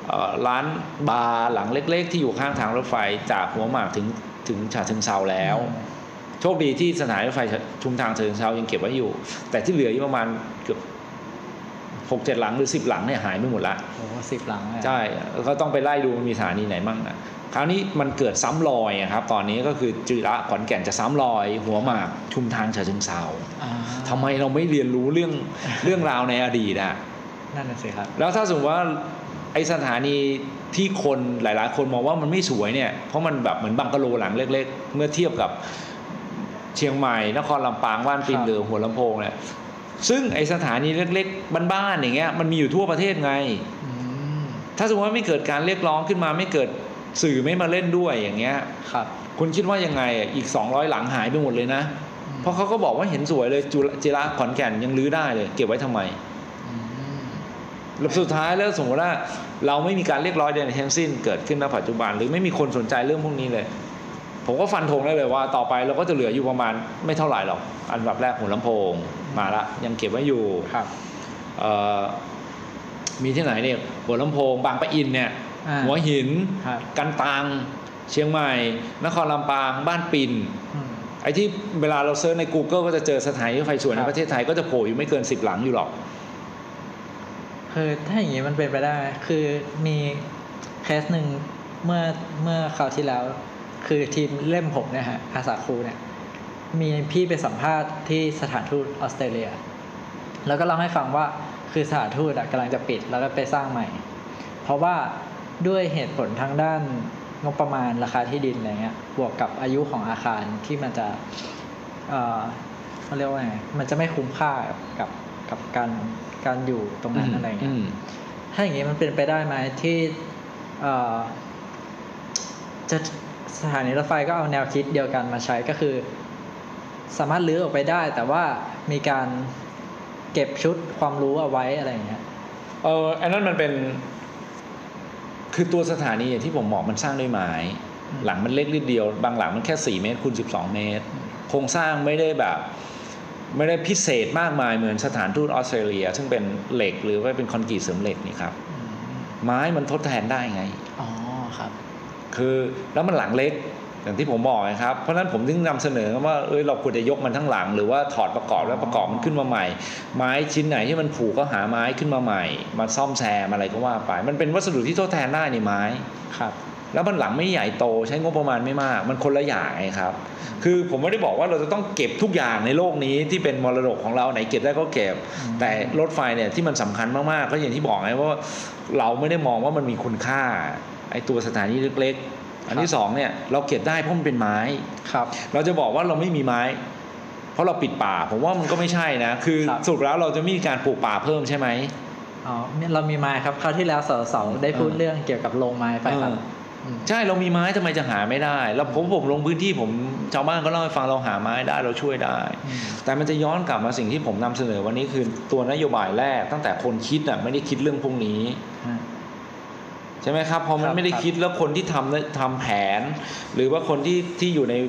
ร้านบาร์หลังเล็กๆที่อยู่ข้างทางรถไฟจากหัวหมากถึงถึงฉะเชิงเทราแล้วโชคดีที่สถานีรถไฟชุมทางฉะเชิงเทรายังเก็บไว้อยู่แต่ที่เหลืออยู่ประมาณเกือบหกเจ็ดหลังหรือสิบหลังเนี่ยหายไปหมดละโอ้สิบหลังใช่ก็ต้องไปไล่ดูมันมีสถานีไหนมั่งนะคราวนี้มันเกิดซ้ำรอยครับตอนนี้ก็คือจิระขอนแก่นจะซ้ำรอยหัวหมากชุมทางฉะเชิงเทราทำไมเราไม่เรียนรู้เรื่องเรื่องราวในอดีตอ่ะนั่นน่ะสิครับแล้วถ้าสมมติว่าไอสถานีที่คนหลายๆคนมองว่ามันไม่สวยเนี่ยเพราะมันแบบเหมือนบังกะโลหลังเล็กๆเมื่อเทียบกับเชียงใหม่นครลำปางบ้านปินหรือหัวลำโพงเนี่ยซึ่งไอสถานีเล็กๆบ้านๆอย่างเงี้ยมันมีอยู่ทั่วประเทศไงถ้าสมมติว่าไม่เกิดการเรียกร้องขึ้นมาไม่เกิดสื่อไม่มาเล่นด้วยอย่างเงี้ยครับคุณคิดว่ายังไงอีกสองร้อยหลังหายไปหมดเลยนะเพราะเขาก็บอกว่าเห็นสวยเลยจิระขอนแก่นยังรื้อได้เลยเก็บไว้ทำไมสุดท้ายแล้วสมมติว่าเราไม่มีการเรียกร้องใดทั้งสิ้นเกิดขึ้นณปัจจุบันหรือไม่มีคนสนใจเรื่องพวกนี้เลยผมก็ฟันธงได้เลยว่าต่อไปเราก็จะเหลืออยู่ประมาณไม่เท่าไหร่หรอกอันดับแรกหัวลำโพงมาละยังเก็บไว้อยู่ครับมีที่ไหนเนี่ยหัวลำโพงบางปะอินเนี่ยหัวหินกันตังเชียงใหม่นครลำปางบ้านปิ่นไอ้ที่เวลาเราเซิร์ชใน Google ก็จะเจอสถานีรถไฟสวยในประเทศไทยก็จะโผล่อยู่ไม่เกินสิบหลังอยู่หรอกคือถ้าอย่างนี้มันเป็นไปได้คือมีเคสหนึ่งเมื่อเมื่อคราวที่แล้วคือทีมเล่มผมเนี่ยฮะอาสาครูเนี่ยมีพี่ไปสัมภาษณ์ที่สถานทูตออสเตรเลียแล้วก็เล่าให้ฟังว่าคือสถานทูตกำลังจะปิดแล้วก็ไปสร้างใหม่เพราะว่าด้วยเหตุผลทางด้านงบประมาณราคาที่ดินอะไรเงี้ยบวกกับอายุของอาคารที่มันจะเอ่อเขาเรียกว่าไงมันจะไม่คุ้มค่ากับกับการการอยู่ตรงนั้นอะไรเงี้ยถ้าอย่างนี้มันเป็นไปได้ไหมที่เอ่อจะสถานีรถไฟก็เอาแนวคิดเดียวกันมาใช้ก็คือสามารถลื้อออกไปได้แต่ว่ามีการเก็บชุดความรู้เอาไว้อะไรอย่างเงี้ยเอออันนั้นมันเป็นคือตัวสถานีอย่างที่ผมบอกมันสร้างด้วยไม้หลังมันเล็กนิดเดียวบางหลังมันแค่สี่เมตรคูณสิบสองเมตรโครงสร้างไม่ได้แบบไม่ได้พิเศษมากมายเหมือนสถานทูตออสเตรเลียซึ่งเป็นเหล็กหรือว่าเป็นคอนกรีตเสริมเหล็กนี่ครับไม้มันทดแทนได้ไงอ๋อครับคือแล้วมันหลังเล็กอย่างที่ผมบอกนะครับเพราะฉะนั้นผมถึงนำเสนอว่าเออเราควรจะยกมันทั้งหลังหรือว่าถอดประกอบแล้วประกอบมันขึ้นมาใหม่ไม้ชิ้นไหนที่มันผุก็หาไม้ขึ้นมาใหม่มาซ่อมแซมอะไรก็ว่าไปมันเป็นวัสดุที่ทดแทนได้ในไม้ครับแล้วมันหลังไม่ใหญ่โตใช้งบประมาณไม่มากมันคนละอย่างไงครับคือผมไม่ได้บอกว่าเราจะต้องเก็บทุกอย่างในโลกนี้ที่เป็นมรดกของเราไหนเก็บได้ก็เก็บแต่รถไฟเนี่ยที่มันสำคัญมากๆก็อย่างที่บอกไงว่าเราไม่ได้มองว่ามันมีคุณค่าไอ้ตัวสถานีเล็กๆอันที่สองเนี่ยเราเก็บได้เพราะมันเป็นไม้ครับเราจะบอกว่าเราไม่มีไม้เพราะเราปิดป่าผมว่ามันก็ไม่ใช่นะคือสรุปแล้วเราจะมีการปลูกป่าเพิ่มใช่ไหมอ๋อเรามีไม้ครับคราวที่แล้วสาวๆได้พูดเรื่องเกี่ยวกับโรงไม้ไปครับใช่เรามีไม้ทำไมจะหาไม่ได้แล้วผมผมลงพื้นที่ผมชาวบ้านก็เล่าให้ฟังเราหาไม้ได้เราช่วยได้แต่มันจะย้อนกลับมาสิ่งที่ผมนำเสนอวันนี้คือตัวนโยบายแรกตั้งแต่คนคิดอ่ะไม่ได้คิดเรื่องพวกนี้ใช่ไหมครับพอมันไม่ได้คิดแล้วคนที่ทำทำแผนหรือว่าคนที่ที่อยู่ใน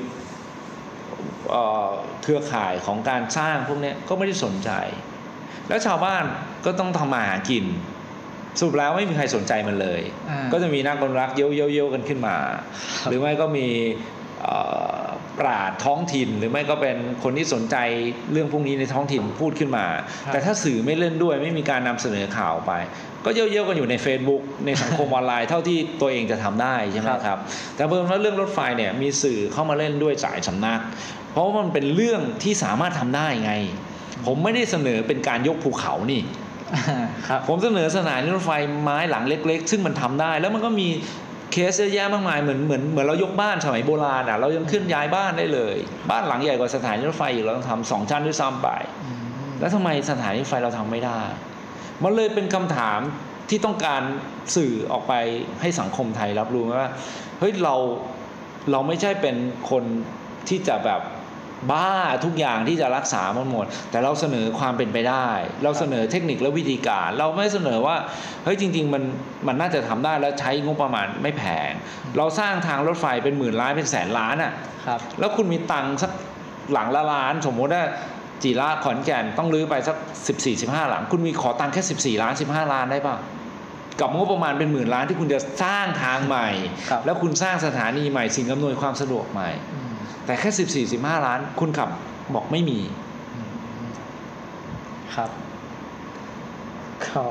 เครือข่ายของการสร้างพวกนี้ก็ไม่ได้สนใจแล้วชาวบ้านก็ต้องทำมาหากินสรุปแล้วไม่มีใครสนใจมันเลยก็จะมีนักอนุรักษ์เย้ยๆกันขึ้นมาหรือไม่ก็มีปราชญ์ท้องถิ่นหรือไม่ก็เป็นคนที่สนใจเรื่องพวกนี้ในท้องถิ่นพูดขึ้นมาแต่ถ้าสื่อไม่เล่นด้วยไม่มีการนำเสนอข่าวไปก็เยอะๆกันอยู่ใน Facebook ในสังคมออนไลน์เท่าที่ตัวเองจะทำได้ใช่ไหมครับแต่เพิ่มว่าเรื่องรถไฟเนี่ยมีสื่อเข้ามาเล่นด้วยสายสำนักเพราะว่ามันเป็นเรื่องที่สามารถทำได้ไงผมไม่ได้เสนอเป็นการยกภูเขานี่ผมเสนอสถานีรถไฟไม้หลังเล็กๆซึ่งมันทำได้แล้วมันก็มีเคสเยอะแยะมากมายเหมือนเหมือนเหมือนเรายกบ้านสมัยโบราณอ่ะเรายังเคลื่อนย้ายบ้านได้เลยบ้านหลังใหญ่กว่าสถานีรถไฟอีกเราต้องทำสองชั้นด้วยซ้ำไปแล้วทำไมสถานีรถไฟเราทำไม่ได้มันเลยเป็นคำถามที่ต้องการสื่อออกไปให้สังคมไทยรับรู้ว่าเฮ้ยเราเราไม่ใช่เป็นคนที่จะแบบบ้าทุกอย่างที่จะรักษามันหมดแต่เราเสนอความเป็นไปได้เราเสนอเทคนิคและวิธีการเราไม่เสนอว่าเฮ้ยจริงๆมันมันน่าจะทำได้แล้วใช้งบประมาณไม่แพงเราสร้างทางรถไฟเป็นหมื่นล้านเป็นแสนล้านอ่ะครับแล้วคุณมีตังค์สักหลังละล้านสมมติว่าจิระขอนแก่นต้องรื้อไปสักสิบสี่ สิบห้าหลังคุณมีขอตังค์แค่สิบสี่ล้านสิบห้าล้านได้ป่ะกับงบประมาณเป็นหมื่นล้านที่คุณจะสร้างทางใหม่แล้วคุณสร้างสถานีใหม่สิ่งอำนวยความสะดวกใหม่แต่แค่สิบสี่ สิบห้าล้านคุณขับบอกไม่มีครับก็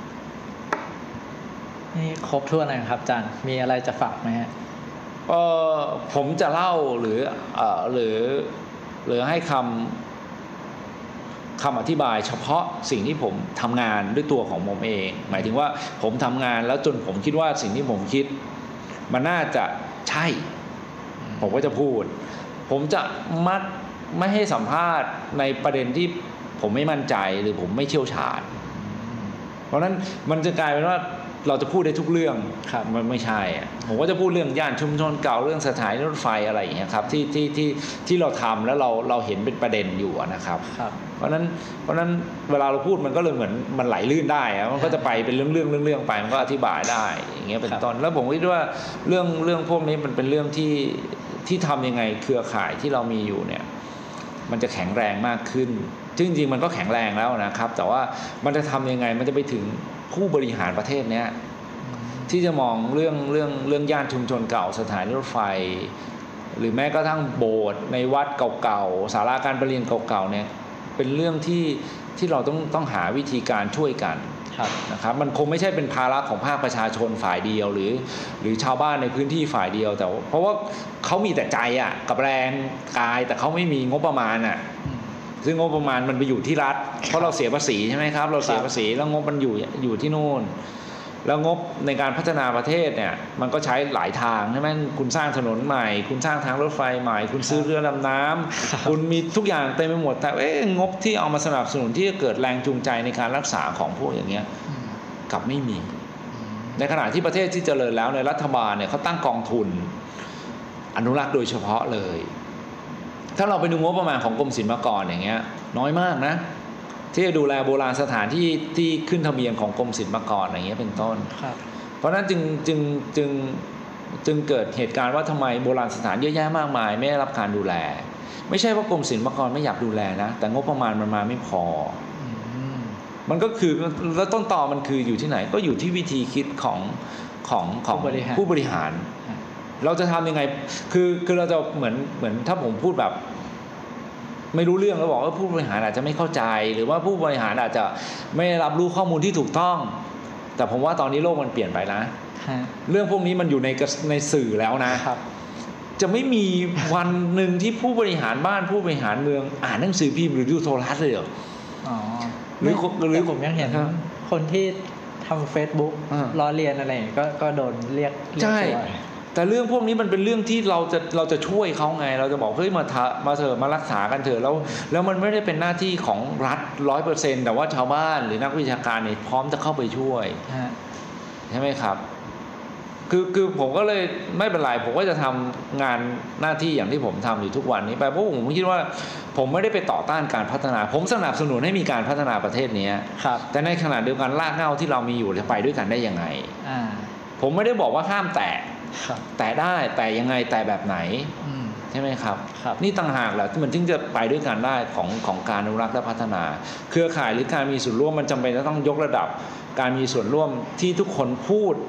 นี่ครบถ้วนเลยครับอาจารย์มีอะไรจะฝากไหมฮะเออผมจะเล่าหรือเอ่อหรือหรือให้คำคำอธิบายเฉพาะสิ่งที่ผมทำงานด้วยตัวของผมเองหมายถึงว่าผมทำงานแล้วจนผมคิดว่าสิ่งที่ผมคิดมันน่าจะใช่ผมก็จะพูดผมจะมัดไม่ให้สัมภาษณ์ในประเด็นที่ผมไม่มั่นใจหรือผมไม่เชี่ยวชาญเพราะฉะนั้นมันจะกลายเป็นว่าเราจะพูดได้ทุกเรื่องมันไม่ใช่ผมก็จะพูดเรื่องย่านชุมชนเก่าเรื่องสถานีรถไฟอะไรอย่างเงี้ยครับที่ที่ที่ที่เราทำแล้วเราเราเห็นเป็นประเด็นอยู่นะครับเพราะฉะนั้นเพราะฉะนั้นเวลาเราพูดมันก็เลยเหมือนมันไหลลื่นได้มันก็จะไปเป็นเรื่องเรื่องเรื่องเรื่องไปมันก็อธิบายได้อย่างเงี้ยเป็นต้นแล้วผมคิดว่าเรื่องเรื่องพวกนี้มันเป็นเรื่องที่ที่ทำยังไงเครือข่ายที่เรามีอยู่เนี่ยมันจะแข็งแรงมากขึ้นจริงๆมันก็แข็งแรงแล้วนะครับแต่ว่ามันจะทำยังไงมันจะไปถึงผู้บริหารประเทศเนี้ยที่จะมองเรื่องเรื่องเรื่องย่านชุมชนเก่าสถานีรถไฟหรือแม้กระทั่งโบสถ์ในวัดเก่าๆศาลาการประเรียนเก่าๆเนี่ยเป็นเรื่องที่ที่เราต้องต้องหาวิธีการช่วยกันนะครับมันคงไม่ใช่เป็นภาระของภาคประชาชนฝ่ายเดียวหรือหรือชาวบ้านในพื้นที่ฝ่ายเดียวแต่เพราะว่าเขามีแต่ใจอ่ะกับแรงกายแต่เขาไม่มีงบประมาณอ่ะซึ่งงบประมาณมันไปอยู่ที่รัฐเพราะเราเสียภาษีใช่ไหมครับเราเสียภาษีแล้วงบมันอยู่อยู่ที่นู่นแล้วงบในการพัฒนาประเทศเนี่ยมันก็ใช้หลายทางใช่ไหมคุณสร้างถนนใหม่คุณสร้างทางรถไฟใหม่คุณซื้อเรือดำน้ำคุณมีทุกอย่างเต็มไปหมดแต่เอ๊ะงบที่เอามาสนับสนุนที่จะเกิดแรงจูงใจในการรักษาของพวกอย่างเงี้ยกลับไม่มีในขณะที่ประเทศที่เจริญแล้วในรัฐบาลเนี่ยเขาตั้งกองทุนอนุรักษ์โดยเฉพาะเลยถ้าเราไปดูงบประมาณของกรมศิลปากรอย่างเงี้ยน้อยมากนะที่จะดูแลโบราณสถานที่ที่ขึ้นทะเบียนของกรมศิลปากรอย่างเงี้ยเป็นต้นเพราะนั้นจึงจึงจึงจึงเกิดเหตุการณ์ว่าทำไมโบราณสถานเยอะแยะมากมายไม่ได้รับการดูแลไม่ใช่ว่ากรมศิลปากรไม่อยากดูแลนะแต่งบประมาณมันมาไม่พอมันก็คือแล้วต้นตอมันคืออยู่ที่ไหนก็อยู่ที่วิธีคิดของของของผู้บริหารเราจะทำยังไงคือคือเราจะเหมือนเหมือนถ้าผมพูดแบบไม่รู้เรื่องแล้วบอกว่าผู้บริหารอาจจะไม่เข้าใจหรือว่าผู้บริหารอาจจะไม่รับรู้ข้อมูลที่ถูกต้องแต่ผมว่าตอนนี้โลกมันเปลี่ยนไปนะเรื่องพวกนี้มันอยู่ในในสื่อแล้วนะจะไม่มีวันหนึ่งที่ผู้บริหารบ้านผู้บริหารเมืองอ่านหนังสือพิมพ์หรือดูโทรทัศน์เลยเหรออ๋อหรือหรือผมยังเห็นคนที่ทำ Facebook ล้อเลียนอะไรก็ก็โดนเรียกใช่แต่เรื่องพวกนี้มันเป็นเรื่องที่เราจะเราจะช่วยเขาไงเราจะบอกเฮ้ยมามาเถอะมารักษากันเถอะแล้วแล้วมันไม่ได้เป็นหน้าที่ของรัฐ ร้อยเปอร์เซ็นต์ แต่ว่าชาวบ้านหรือนักวิชาการเนี่ยพร้อมจะเข้าไปช่วยใช่ไหมครับคือคือผมก็เลยไม่เป็นไรผมก็จะทำงานหน้าที่อย่างที่ผมทำอยู่ทุกวันนี้ไปเพราะผมคิดว่าผมไม่ได้ไปต่อต้านการพัฒนาผมสนับสนุนให้มีการพัฒนาประเทศนี้แต่ในขณะเดียวกันรากเหง้าที่เรามีอยู่จะไปด้วยกันได้ยังไงผมไม่ได้บอกว่าห้ามแตะแต่ได้แต่ยังไงแต่แบบไหนใช่ไหมครับนี่ต่างหากแหละที่มันถึงจะไปด้วยกันได้ของของการอนุรักษ์และพัฒนาเครือข่ายหรือการมีส่วนร่วมมันจำเป็นจะต้องยกระดับการมีส่วนร่วมที่ทุกคนพูด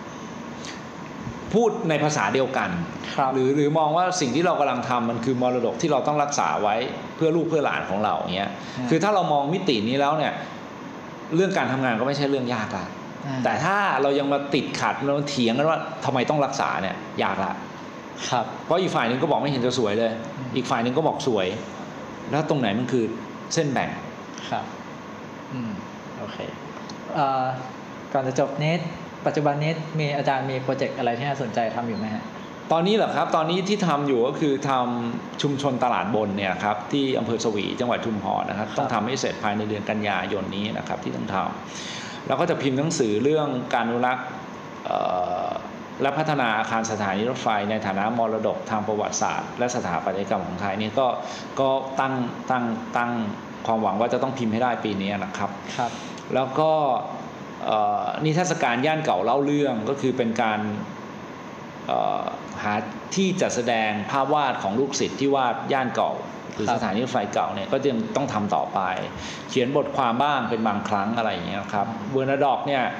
พูดในภาษาเดียวกันหรือหรือมองว่าสิ่งที่เรากำลังทำมันคือมรดกที่เราต้องรักษาไว้เพื่อลูกเพื่อหลานของเราอย่างเงี้ยคือถ้าเรามองมิตินี้แล้วเนี่ยเรื่องการทำงานก็ไม่ใช่เรื่องยากละแต่ถ้าเรายังมาติดขัดเราเถียงกันว่าทำไมต้องรักษาเนี่ยยากละครับเพราะอีกฝ่ายนึงก็บอกไม่เห็นจะสวยเลยอีกฝ่ายนึงก็บอกสวยแล้วตรงไหนมันคือเส้นแบ่งครับอืมโอเคเอ่อก่อนจะจบนี้ปัจจุบันนี้มีอาจารย์มีโปรเจกต์อะไรที่น่าสนใจทำอยู่ไหมฮะตอนนี้เหรอครับตอนนี้ที่ทำอยู่ก็คือทำชุมชนตลาดบนเนี่ยครับที่อำเภอสวีจังหวัดชุมพรนะครับต้องทำให้เสร็จภายในเดือนกันยายนนี้นะครับที่ต้องทำแล้วก็จะพิมพ์หนังสือเรื่องการอนุรักษ์และพัฒนาอาคารสถานีรถไฟในฐานะมรดกทางประวัติศาสตร์และสถาปัตยกรรมของไทยนี่ก็ก็ตั้งตั้งตั้งความหวังว่าจะต้องพิมพ์ให้ได้ปีนี้นะครับครับแล้วก็นิทรรศการย่านเก่าเล่าเรื่องก็คือเป็นการหาที่จัดแสดงภาพวาดของลูกศิษย์ที่วาดย่านเก่าหรือสถานีรถไฟเก่าเนี่ยก็ยังต้องทำต่อไปเขียนบทความบ้างเป็นบางครั้งอะไรอย่างเงี้ยครับเบอร์นาดอกเนี่ย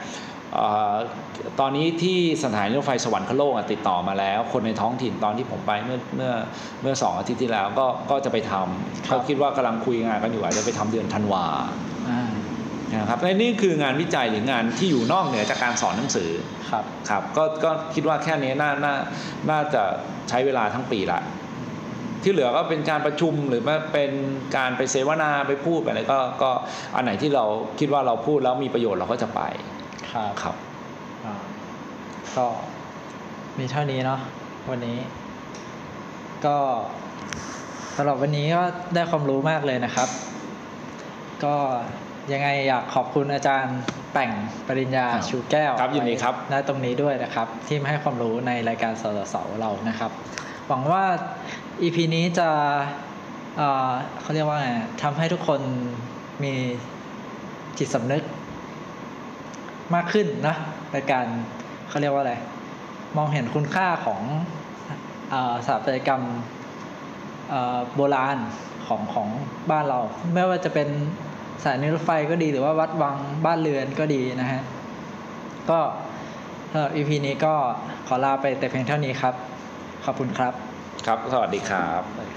เอ่อตอนนี้ที่สถานีรถไฟสวรรคโลกอะติดต่อมาแล้ว คนในท้องถิ่นตอนที่ผมไปเมื่อเมื่อเมื่อสองอาทิตย์ที่แล้วก็ก็จะไปทำก็คิดว่ากำลังคุยงานกันอยู่อาจจะไปทำเดือนธันวาอ่านะครับและนี่คืองานวิจัยหรืองานที่อยู่นอกเหนือจากการสอนหนังสือครับครับก็ก็คิดว่าแค่นี้น่าน่าน่าจะใช้เวลาทั้งปีละที่เหลือก็เป็นการประชุมหรือว่าเป็นการไปเสวนาไปพูดไปอะไรก็ก็อันไหนที่เราคิดว่าเราพูดแล้วมีประโยชน์เราก็จะไปครับครับอ่าก็มีเท่านี้เนาะวันนี้ ก็สำหรับวันนี้ก็ได้ความรู้มากเลยนะครับ ก็ยังไงอยากขอบคุณอาจารย์แป่งปริญญาครับชูแก้วครับยินดีครับณตรงนี้ด้วยนะครับ ที่มาให้ความรู้ในรายการสสสเรานะครับ หวังว่า อี พี นี้จะเอ่อเขาเรียกว่าไงทำให้ทุกคนมีจิตสำนึกมากขึ้นนะในการเขาเรียกว่าอะไรมองเห็นคุณค่าของเอ่อสถาปัตยกรรมเอ่อโบราณของของบ้านเรา ไม่ว่าจะเป็นสถานีรถไฟก็ดีหรือว่าวัดวังบ้านเรือนก็ดีนะฮะก็สำหรับ อี พี นี้ก็ขอลาไปแต่เพียงเท่านี้ครับขอบคุณครับครับสวัสดีครับ